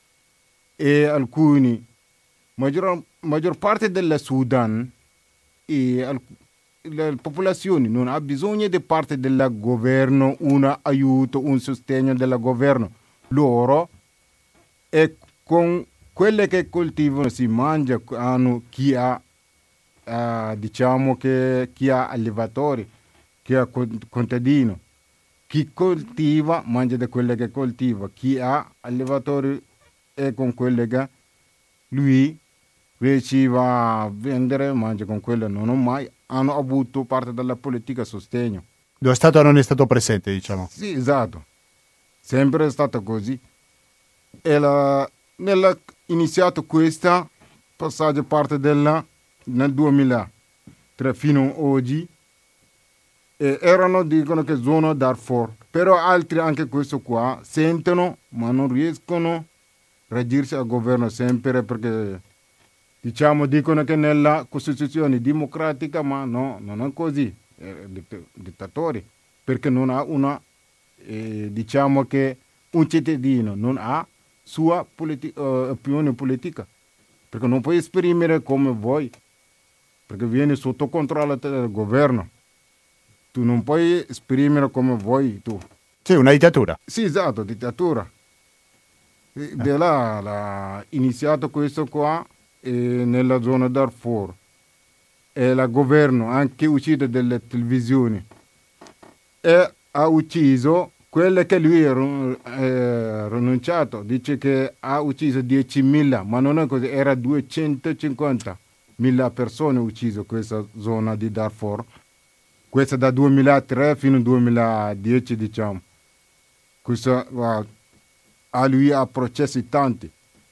E alcuni, maggior, maggior parte del Sudan, e al, la popolazione non ha bisogno di parte del governo, un aiuto, un sostegno del governo. Loro, e con quelle che coltivano si mangia, hanno chi ha, uh, diciamo che chi ha allevatori, chi ha contadino. Chi coltiva mangia da quelle che coltiva, chi ha allevatori e con quelle che lui riusciva a vendere mangia con quelle. Non ho mai hanno avuto parte della politica a sostegno. Lo Stato non è stato presente, diciamo. Sì, esatto. Sempre è stato così. E la, nella iniziato questa passaggio parte della nel duemilatré fino ad oggi. E erano, dicono che zona Darfur, però altri anche questo qua sentono ma non riescono a reagirsi al governo sempre, perché diciamo dicono che nella Costituzione democratica, ma no, non è così, è ditt- dittatori, perché non ha una, eh, diciamo che un cittadino non ha sua politi- uh, opinione politica, perché non puoi esprimere come vuoi, perché vieni sotto controllo del governo. Tu non puoi esprimere come vuoi tu. Sì, una dittatura. Sì, esatto, dittatura. E da là l'ha iniziato questo qua eh, nella zona Darfur. E il governo ha anche ucciso delle televisioni. E ha ucciso quelle che lui ha eh, rinunciato. Dice che ha ucciso diecimila, ma non è così, era duecentocinquantamila persone uccise in questa zona di Darfur. Questa da duemilatré fino al duemiladieci, diciamo. Questo, uh, a lui ha processi tanti.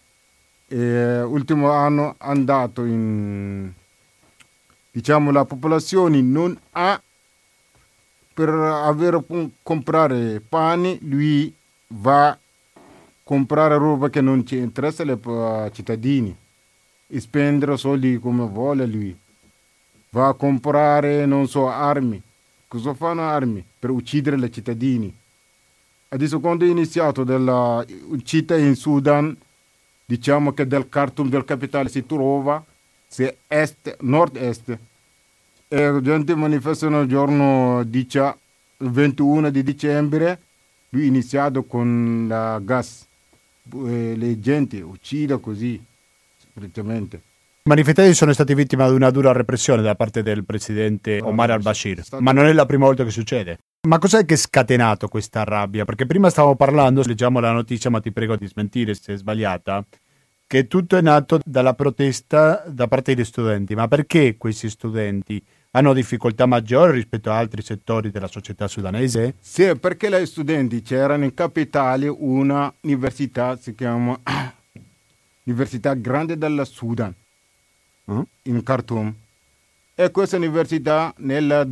E ultimo anno è andato in... Diciamo, la popolazione non ha... Per avere, comprare pane, lui va a comprare roba che non ci interessa ai uh, cittadini. E spendere soldi come vuole lui. Va a comprare, non so, armi. Cosa fanno armi? Per uccidere i cittadini. Adesso quando è iniziato la città in Sudan, diciamo che del Khartoum, del capitale, si trova se est, nord-est. E la gente manifestano il giorno ventuno di dicembre, lui ha iniziato con la gas. E le gente uccide così, praticamente. I manifestanti sono stati vittime di una dura repressione da parte del presidente Omar al-Bashir, ma non è la prima volta che succede. Ma cos'è che ha scatenato questa rabbia? Perché prima stavamo parlando, leggiamo la notizia, ma ti prego di smentire se è sbagliata, che tutto è nato dalla protesta da parte degli studenti. Ma perché questi studenti hanno difficoltà maggiori rispetto a altri settori della società sudanese? Sì, perché gli studenti c'erano in capitale una università, si chiama Università Grande del Sudan. In Khartoum, E questa università nel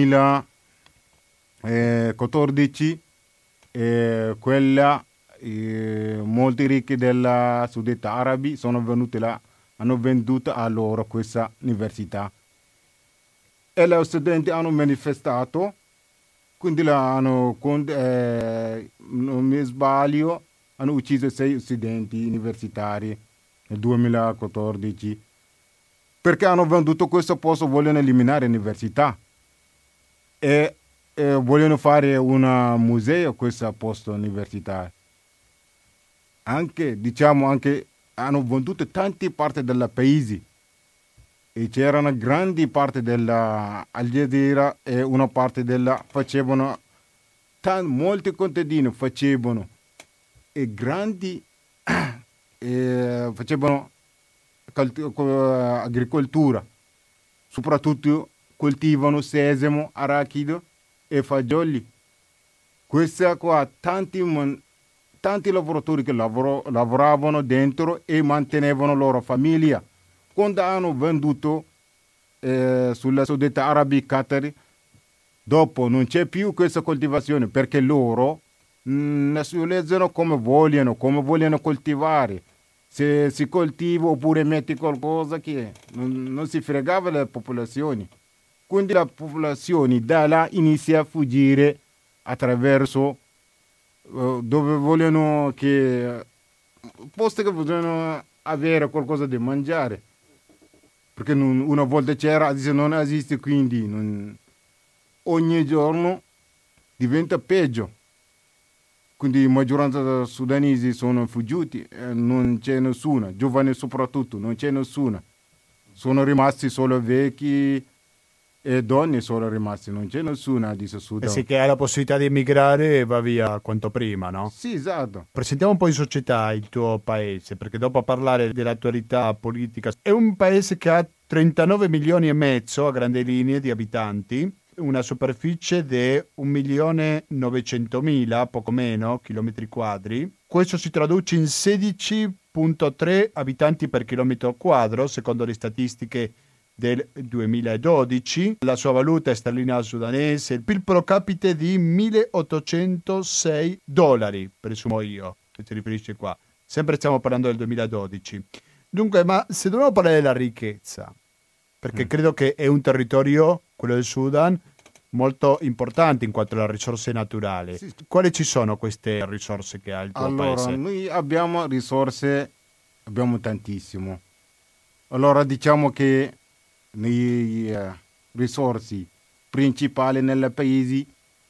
duemilaquattordici, eh, quella, eh, molti ricchi della Sudetta Arabi sono venuti là, hanno venduto a loro questa università. E gli studenti hanno manifestato, quindi la hanno, con- eh, non mi sbaglio, hanno ucciso sei studenti universitari nel duemilaquattordici perché hanno venduto questo posto, vogliono eliminare l'università e, e vogliono fare un museo a questo posto universitario. Anche, diciamo, anche hanno venduto tante parti del paese e c'erano grandi parti della Al Jazeera e una parte della facevano tan- molti contadini facevano e grandi eh, facevano cult- co- agricoltura, soprattutto coltivano sesamo, arachido e fagioli. Questa qua tanti, mon- tanti lavoratori che lavoro- lavoravano dentro e mantenevano la loro famiglia. Quando hanno venduto eh, sulla suddetta Arabi Qatari, dopo non c'è più questa coltivazione perché loro mm, nacionalizzano come vogliono, come vogliono coltivare. Se si coltiva oppure metti qualcosa che non, non si fregava le popolazioni. Quindi la popolazione da là inizia a fuggire attraverso eh, dove vogliono che posti che vogliono avere qualcosa da mangiare. Perché non- una volta c'era, adesso non esiste, quindi non- ogni giorno diventa peggio. Quindi la maggioranza dei sudanesi sono fuggiti, eh, non c'è nessuno, giovani soprattutto, non c'è nessuno. Sono rimasti solo vecchi e donne sono rimasti, non c'è nessuno adesso a E sì Sudan. che hai la possibilità di emigrare e va via quanto prima, no? Sì, esatto. Presentiamo un po' in società il tuo paese, perché dopo a parlare dell'attualità politica, è un paese che ha trentanove milioni e mezzo a grandi linee di abitanti, una superficie di un milione novecentomila, poco meno, chilometri quadri. Questo si traduce in sedici virgola tre abitanti per chilometro quadro, secondo le statistiche del duemiladodici. La sua valuta è sterlina sudanese, il P I L pro capite di milleottocentosei dollari, presumo io, che si riferisce qua. Sempre stiamo parlando del duemiladodici. Dunque, ma se dobbiamo parlare della ricchezza, perché Mm. credo che è un territorio, quello del Sudan, molto importante in quanto alle risorse naturali. Sì. Quali ci sono queste risorse che ha il tuo Allora, paese? noi abbiamo risorse, abbiamo tantissimo. Allora, diciamo che le eh, risorse principali nel paese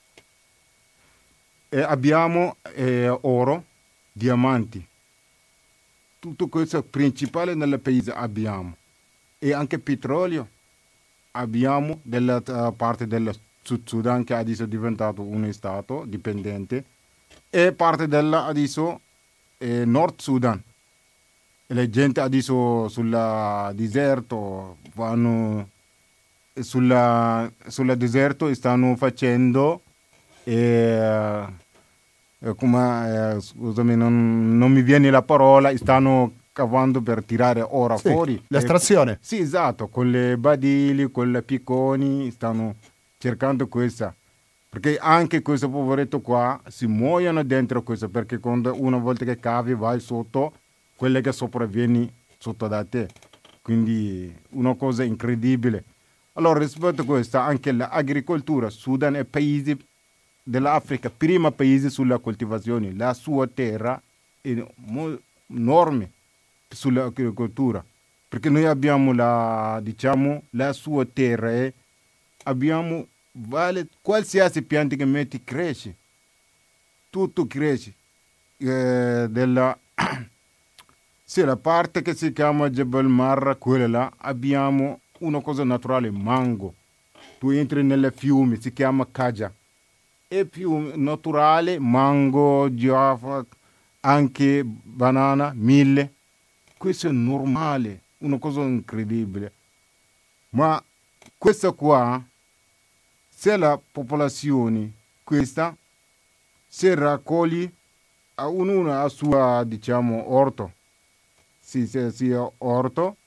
eh, abbiamo eh, oro, diamanti, tutto questo principale nel paese abbiamo e anche petrolio abbiamo della eh, parte del Sud Sudan che adesso è diventato un stato dipendente e parte della adesso eh, Nord Sudan. E le gente adesso sul deserto vanno sulla, sul deserto stanno facendo eh, eh, come, eh, scusami, non, non mi viene la parola, stanno cavando per tirare ora Sì, fuori. Eh, l'estrazione. sì, esatto, con le badili, con le picconi, stanno cercando questa. Perché anche questo poveretto qua si muoiono dentro questo, perché quando una volta che cavi vai sotto, quelle che sopravvieni sotto da te. Quindi una cosa incredibile. Allora, rispetto a questo, anche l'agricoltura, Sudan è paese dell'Africa, primo paese sulla coltivazione, la sua terra è mo- enorme sull'agricoltura, perché noi abbiamo la, diciamo, la sua terra e abbiamo vale, qualsiasi pianta che metti cresce, tutto cresce. Eh, della, sì, la parte che si chiama Jebel Marra, quella là, abbiamo una cosa naturale, mango. Tu entri nelle fiumi, si chiama Kaja. È più naturale, mango, giraffa, anche banana, mille. Questo è normale, una cosa incredibile. Ma questo qua, se la popolazione, questa, si raccoglie a ognuno a sua, diciamo, orto, si, si, si orto,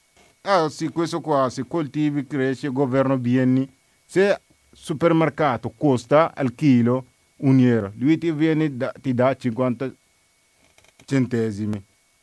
Ah, sì, questo qua, se coltivi, cresce, governo vieni. Se supermercato costa al chilo un euro, lui ti, viene da, ti dà cinquanta centesimi.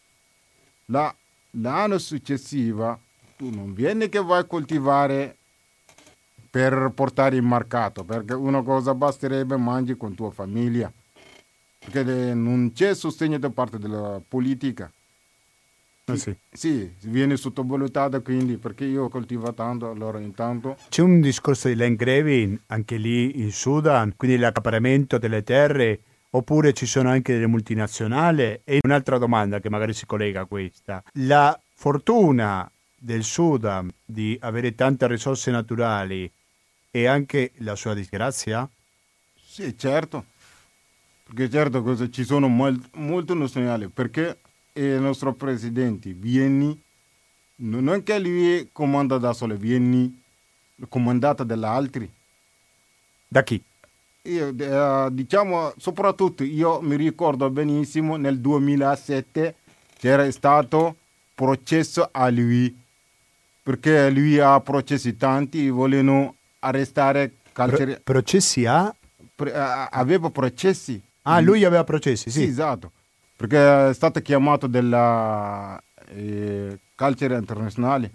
La, l'anno successivo tu non vieni che vai a coltivare per portare in mercato, perché una cosa basterebbe, mangi con tua famiglia, perché non c'è sostegno da parte della politica. Ah, sì. Sì, viene sottovalutata, quindi perché io coltivo tanto, allora intanto... C'è un discorso di land grabbing anche lì in Sudan, quindi l'accaparramento delle terre, oppure ci sono anche delle multinazionali? E un'altra domanda che magari si collega a questa. La fortuna del Sudan di avere tante risorse naturali e anche la sua disgrazia? Sì, certo, perché certo cosa, ci sono mol- molto nazionali, perché il nostro presidente viene, non è che lui comanda da solo, viene comandato dagli altri. Da chi? Io, eh, diciamo, soprattutto io mi ricordo benissimo nel duemilasette c'era stato processo a lui, perché lui ha processi tanti, vogliono arrestare calcieri. Pro- processi a? Pre- eh, aveva processi. Ah, lui aveva processi, Sì, sì. esatto, perché è stato chiamato dalla eh, calciere internazionale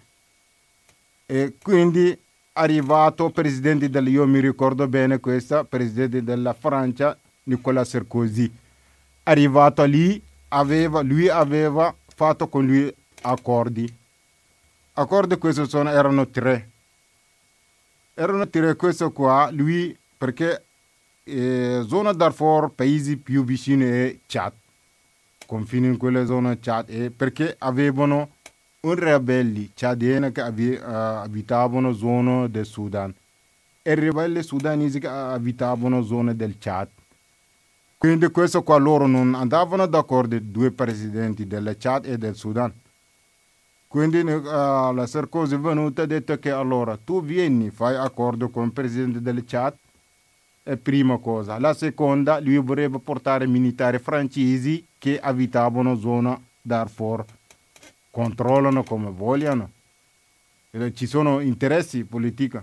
e quindi arrivato presidente del, io mi ricordo bene questa, presidente della Francia, Nicolas Sarkozy, arrivato lì, aveva, lui aveva fatto con lui accordi. Accordi questi sono, erano tre. Erano tre questo qua, lui, perché eh, zona Darfur, paesi più vicini è Chad, confine in quella zona Chad, e perché avevano un ribelli chadiani che avi- uh, abitavano zona del Sudan e ribelli sudanesi che abitavano zone del Chad. Quindi questo qua loro non andavano d'accordo, i due presidenti del Chad e del Sudan. Quindi uh, la Sarkozy è venuta e ha detto che allora tu vieni, fai accordo con il presidente del Chad, è prima cosa. La seconda, lui vorrebbe portare militari francesi che abitavano zona Darfur. Controllano come vogliono. E ci sono interessi politici.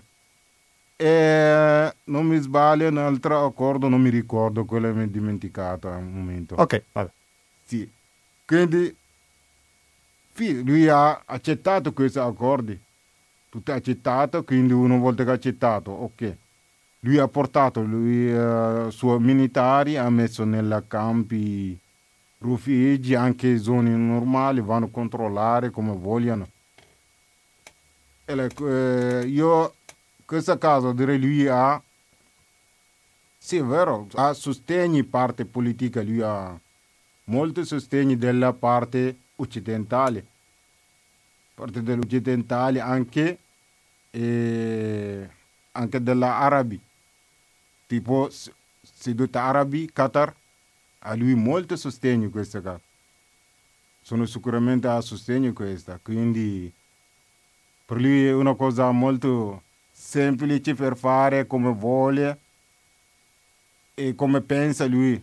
E non mi sbaglio, un altro accordo, non mi ricordo, quello mi ho dimenticato a un momento. Ok, vabbè. Sì. Quindi sì, lui ha accettato questi accordi. Tutto accettato, quindi una volta che ha accettato, ok. Lui ha portato i uh, suoi militari, ha messo nei campi rifugi, anche zone normali, vanno a controllare come vogliono. E le, eh, io, in questo caso, direi lui ha, sì è vero, ha sostegni parte politica, lui ha molti sostegni della parte occidentale, parte dell'occidentale anche, eh, anche della arabi. Tipo seduta arabi, Qatar, a lui molto sostegno in questo caso. Sono sicuramente a sostegno questa, quindi per lui è una cosa molto semplice per fare come vuole e come pensa lui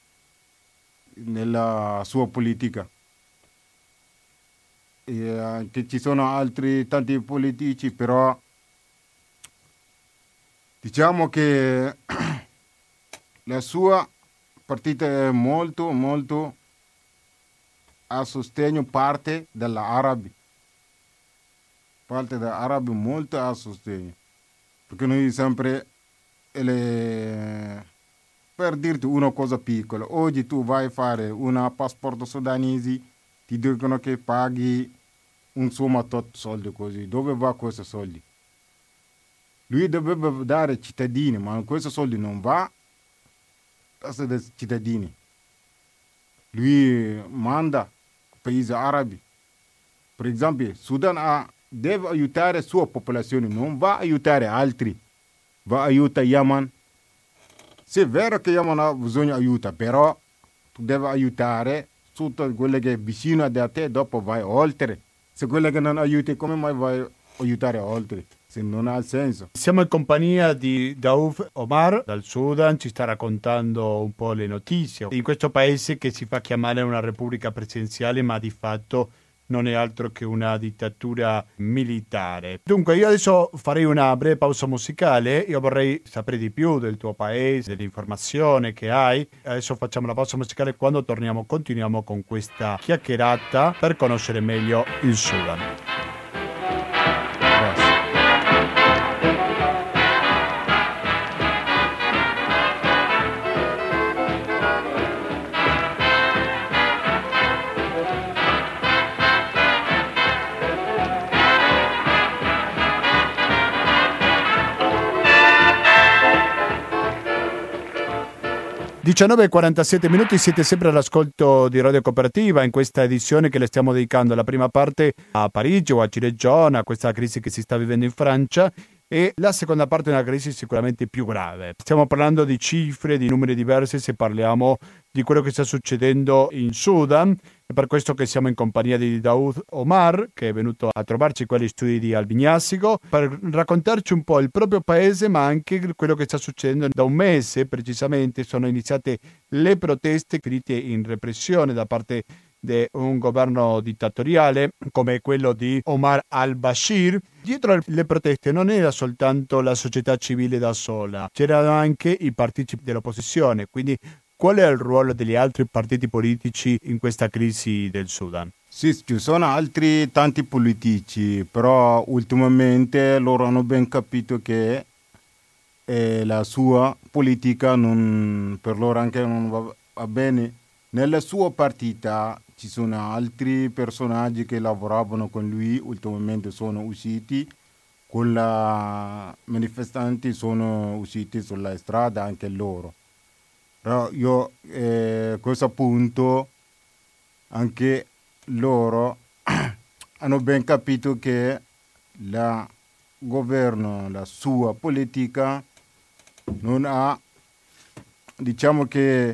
nella sua politica. E anche ci sono altri tanti politici, però diciamo che la sua partita è molto, molto a sostegno parte dell'arabi. Parte dell'arabi molto a sostegno. Perché noi sempre, le, per dirti una cosa piccola, oggi tu vai a fare un passaporto sudanese, ti dicono che paghi un somma tot soldi così. Dove va questi soldi? Lui dovrebbe dare cittadini, ma questi soldi non va a dei cittadini. Lui manda paesi arabi. Per esempio, Sudan ha, deve aiutare la sua popolazione, non va a aiutare altri. Va a aiutare Yemen. Sì, è vero che Yemen ha bisogno di aiuto, però tu devi aiutare tutto quello che è vicino a te, dopo vai oltre. Se quello che non aiuti, come mai vai a aiutare oltre? Se non ha senso. Siamo in compagnia di Daouf Omar dal Sudan, ci sta raccontando un po' le notizie. In questo paese che si fa chiamare una repubblica presidenziale, ma di fatto non è altro che una dittatura militare. Dunque io adesso farei una breve pausa musicale, io vorrei sapere di più del tuo paese, dell'informazione che hai. Adesso facciamo la pausa musicale, quando torniamo continuiamo con questa chiacchierata per conoscere meglio il Sudan. diciannove e quarantasette minuti, siete sempre all'ascolto di Radio Cooperativa in questa edizione che le stiamo dedicando la prima parte a Parigi o a Ciligione, a questa crisi che si sta vivendo in Francia, e la seconda parte è una crisi sicuramente più grave. Stiamo parlando di cifre, di numeri diversi se parliamo di quello che sta succedendo in Sudan. È per questo che siamo in compagnia di Daoud Omar, che è venuto a trovarci qua agli studi di Albignasico per raccontarci un po' il proprio paese, ma anche quello che sta succedendo. Da un mese precisamente sono iniziate le proteste finite in repressione da parte di un governo dittatoriale come quello di Omar al-Bashir. Dietro le proteste non era soltanto la società civile da sola, c'erano anche i partiti dell'opposizione. Quindi qual è il ruolo degli altri partiti politici in questa crisi del Sudan? Sì, ci sono altri tanti politici, però ultimamente loro hanno ben capito che eh, la sua politica non, per loro anche non va, va bene. Nella sua partita ci sono altri personaggi che lavoravano con lui, ultimamente sono usciti, con la manifestanti sono usciti sulla strada anche loro. Però io eh, a questo punto anche loro hanno ben capito che il governo, la sua politica non ha, diciamo che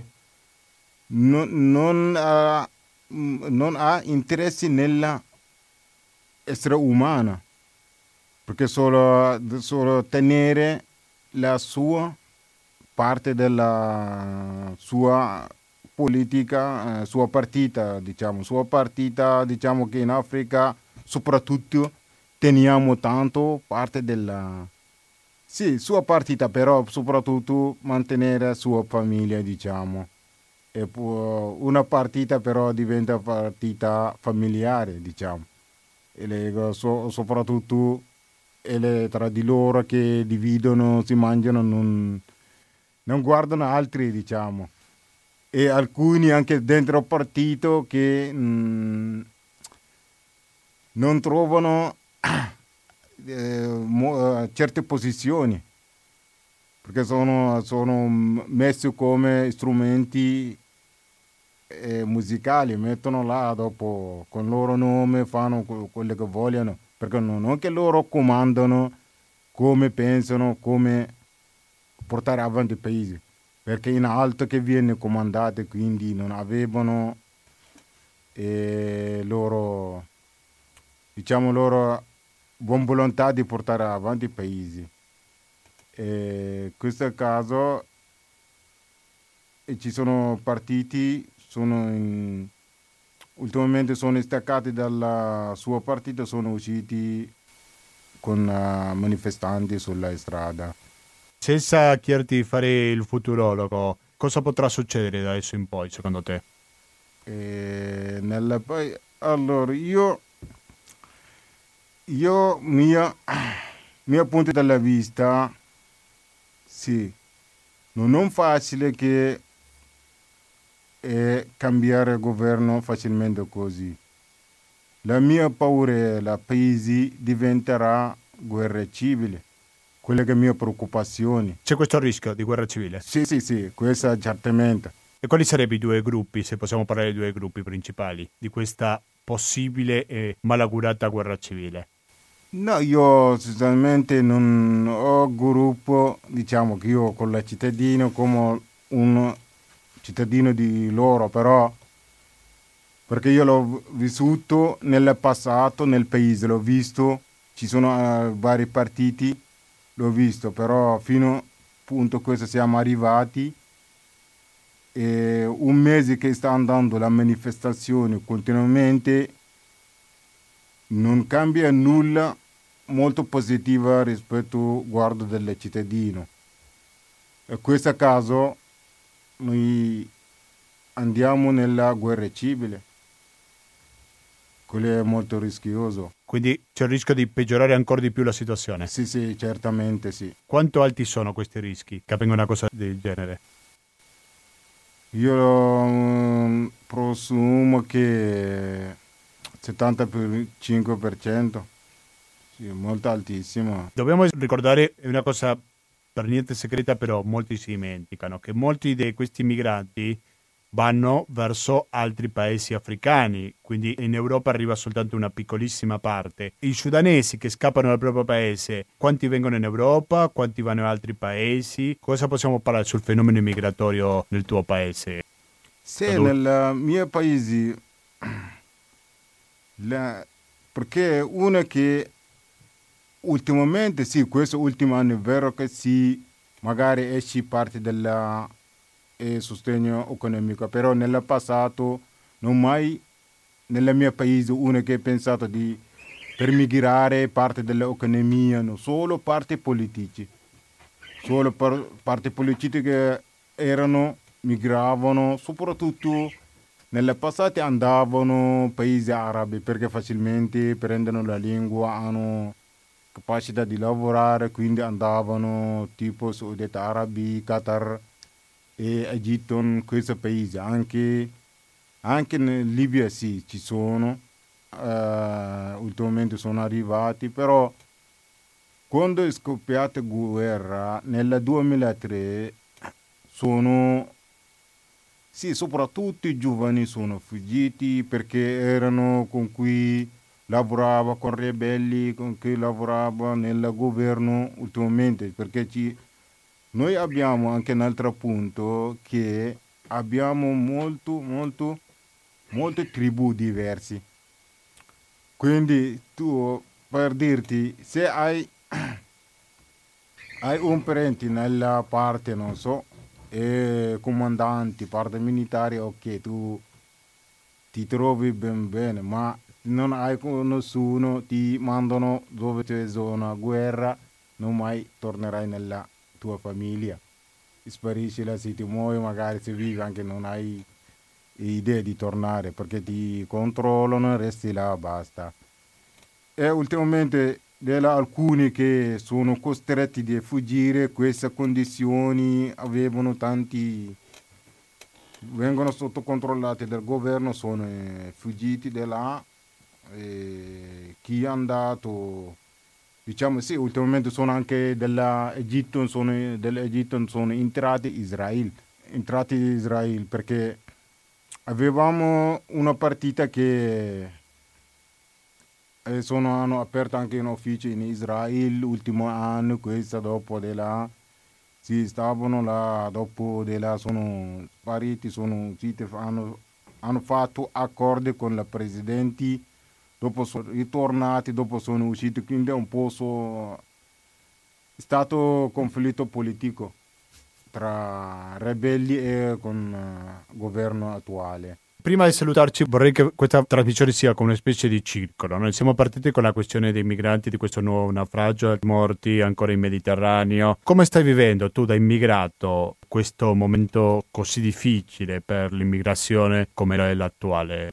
non, non, ha, non ha interessi nella essere umana, perché solo, solo tenere la sua parte della sua politica, eh, sua partita, diciamo, sua partita, diciamo che in Africa soprattutto teniamo tanto parte della, sì, sua partita, però soprattutto mantenere la sua famiglia, diciamo. E può, una partita però diventa partita familiare, diciamo. E le, so, soprattutto e le, tra di loro che dividono, si mangiano, non, non guardano altri, diciamo. E alcuni anche dentro il partito che mh, non trovano eh, mo, certe posizioni, perché sono, sono messi come strumenti eh, musicali, mettono là dopo con il loro nome, fanno quello che vogliono, perché non è che loro comandano come pensano, come portare avanti il paese, perché in alto che viene comandato, quindi non avevano eh, loro, diciamo loro buona volontà di portare avanti il paese. E in questo caso e ci sono partiti, sono in, ultimamente sono staccati dal suo partito, sono usciti con uh, manifestanti sulla strada. Senza chiederti di fare il futurologo, cosa potrà succedere da adesso in poi, secondo te? E nella, poi, allora, io, io mio, mio punto della vista, sì, non è facile che è cambiare governo facilmente così. La mia paura è che il paese diventerà guerra civile. Quella che è la mia preoccupazione. C'è questo rischio di guerra civile? Sì, sì, sì, questo certamente. E quali sarebbero i due gruppi, se possiamo parlare dei due gruppi principali, di questa possibile e malaugurata guerra civile? No, io sinceramente non ho gruppo, diciamo che io con la cittadina come un cittadino di loro, però perché io l'ho vissuto nel passato, nel paese, l'ho visto, ci sono uh, vari partiti, l'ho visto, però fino a punto questo siamo arrivati e un mese che sta andando la manifestazione continuamente non cambia nulla molto positiva rispetto al guardo del cittadino. In questo caso noi andiamo nella guerra civile, quello è molto rischioso. Quindi c'è il rischio di peggiorare ancora di più la situazione. Sì, sì, certamente sì. Quanto alti sono questi rischi che avvenga una cosa del genere? Io mm, presumo che settantacinque per cento, sì, molto altissimo. Dobbiamo ricordare, è una cosa per niente segreta, però molti si dimenticano, che molti di questi migranti vanno verso altri paesi africani, quindi in Europa arriva soltanto una piccolissima parte. I sudanesi che scappano dal proprio paese, quanti vengono in Europa, quanti vanno in altri paesi? Cosa possiamo parlare sul fenomeno migratorio nel tuo paese? Sì, Adulto. nel mio paese, la- perché uno che ultimamente, sì, questo ultimo anno è vero che sì, magari esci parte del sostegno economico, però nel passato non mai nel mio paese uno che ha pensato di per migrare parte dell'economia, non solo parti politici, solo par- parti politiche che erano, migravano, soprattutto nel passato andavano in paesi arabi perché facilmente prendono la lingua, hanno capacità di lavorare, quindi andavano tipo Saudi Arabi, Qatar e Egitto, in questi paesi, anche, anche in Libia sì, ci sono, eh, ultimamente sono arrivati, però quando è scoppiata la guerra nel duemilatré sono, sì, soprattutto i giovani sono fuggiti perché erano con cui lavorava con ribelli, con cui lavorava nel governo ultimamente, perché ci, noi abbiamo anche un altro punto che abbiamo molto, molto, molte tribù diverse. Quindi tu, per dirti, se hai, hai un parente nella parte, non so, e comandanti, parte militare, ok, tu ti trovi ben bene, ma non hai con nessuno, ti mandano dove c'è zona guerra, non mai tornerai nella tua famiglia. Sparisci la se ti muovi, magari se vivi anche non hai idea di tornare perché ti controllano e resti là, basta. E ultimamente della- alcuni che sono costretti a fuggire, queste condizioni avevano tanti, vengono sotto controllati dal governo, sono eh, fuggiti da là. E chi è andato, diciamo sì, ultimamente sono anche dell'Egitto, sono, dell'Egitto sono entrati in Israele, entrati in Israele perché avevamo una partita che eh, sono, hanno aperto anche un ufficio in Israele l'ultimo anno, questa dopo della, sì, stavano là, dopo della sono spariti, sono usciti, hanno, hanno fatto accordi con la presidente, dopo sono ritornati, dopo sono usciti, quindi è un po' so- è stato conflitto politico tra ribelli e con il governo attuale. Prima di salutarci vorrei che questa trasmissione sia come una specie di circolo. Noi siamo partiti con la questione dei migranti, di questo nuovo naufragio, morti ancora in Mediterraneo. Come stai vivendo tu da immigrato questo momento così difficile per l'immigrazione come è l'attuale?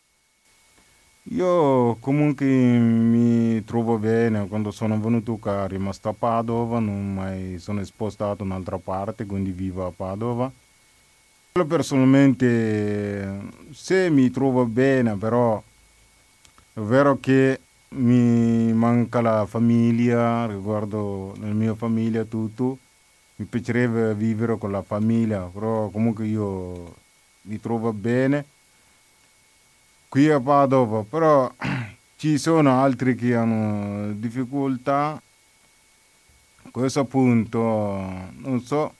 Io comunque mi trovo bene, quando sono venuto qua, rimasto a Padova, non mai sono spostato in un'altra parte, quindi vivo a Padova. Io personalmente, se mi trovo bene, però è vero che mi manca la famiglia, riguardo la mia famiglia tutto, mi piacerebbe vivere con la famiglia, però comunque io mi trovo bene qui a Padova, però ci sono altri che hanno difficoltà, a questo punto non so,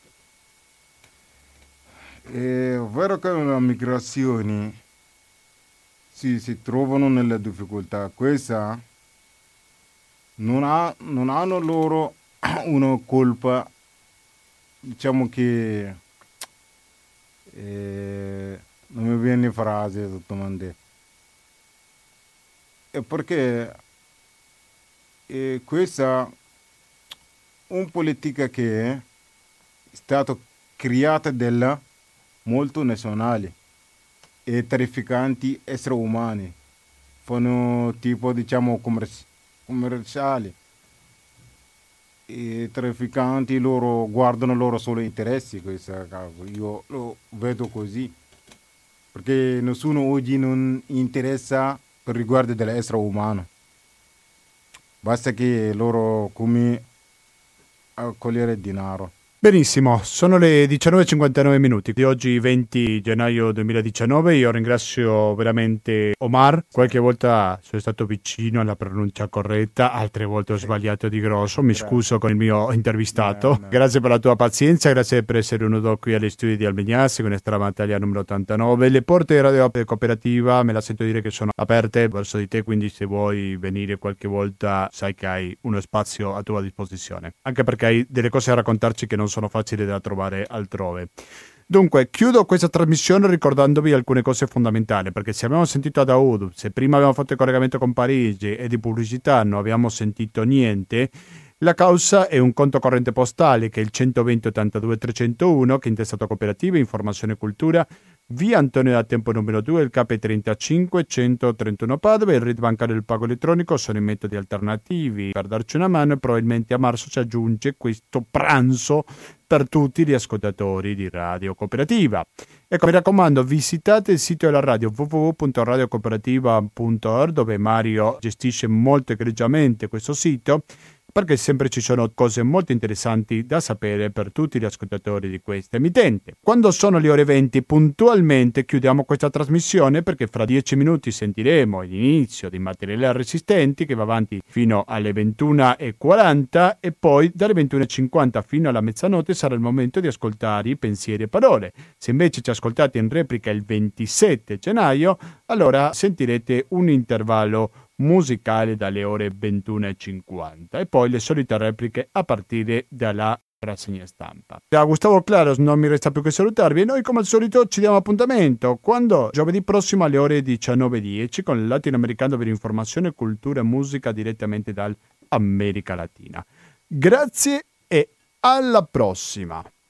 è vero che le migrazioni si, si trovano nelle difficoltà, questa non, ha, non hanno loro una colpa, diciamo che eh, non mi viene frase sottomande. è perché eh, questa è una politica che è stata creata dalla multinazionali e trafficanti esseri umani, fanno tipo diciamo commerci- commerciali. I trafficanti loro guardano i loro solo interessi, questa cosa. Io lo vedo così, perché nessuno oggi non interessa per riguardo dell'essere umano, basta che loro come accogliere denaro. Benissimo, sono le diciannove e cinquantanove minuti di oggi venti gennaio duemiladiciannove. Io ringrazio veramente Omar, qualche volta sono stato vicino alla pronuncia corretta, altre volte ho sbagliato di grosso, mi Grazie. scuso con il mio intervistato. No, no. Grazie per la tua pazienza, grazie per essere venuto qui agli studi di Almegnas con Strada Italia numero ottantanove. Le porte della Radio Cooperativa me la sento dire che sono aperte verso di te, quindi se vuoi venire qualche volta sai che hai uno spazio a tua disposizione, anche perché hai delle cose da raccontarci che non sono facili da trovare altrove. Dunque, chiudo questa trasmissione ricordandovi alcune cose fondamentali, perché se abbiamo sentito ad Aoud, se prima abbiamo fatto il collegamento con Parigi e di pubblicità non abbiamo sentito niente, la causa è un conto corrente postale che è il centoventi ottantadue trecentouno, che è intestato Cooperativa, Informazione e Cultura, via Antonio da Tempo numero due, il K trentacinque centotrentuno Padova. Il R I D bancario del pago elettronico sono i metodi alternativi per darci una mano, e probabilmente a marzo si aggiunge questo pranzo per tutti gli ascoltatori di Radio Cooperativa. Ecco, mi raccomando, visitate il sito della radio w w w punto radio cooperativa punto org, dove Mario gestisce molto egregiamente questo sito, perché sempre ci sono cose molto interessanti da sapere per tutti gli ascoltatori di questa emittente. Quando sono le ore venti puntualmente chiudiamo questa trasmissione, perché fra dieci minuti sentiremo l'inizio di Materiali Resistenti, che va avanti fino alle ventuno e quaranta, e poi dalle ventuno e cinquanta fino alla mezzanotte sarà il momento di ascoltare i pensieri e parole. Se invece ci ascoltate in replica il ventisette gennaio, allora sentirete un intervallo musicale dalle ore ventuno e cinquanta e poi le solite repliche a partire dalla rassegna stampa. Da Gustavo Claros non mi resta più che salutarvi e noi come al solito ci diamo appuntamento quando giovedì prossimo alle ore diciannove e dieci con il latinoamericano per informazione, cultura e musica direttamente dall'America Latina. Grazie e alla prossima!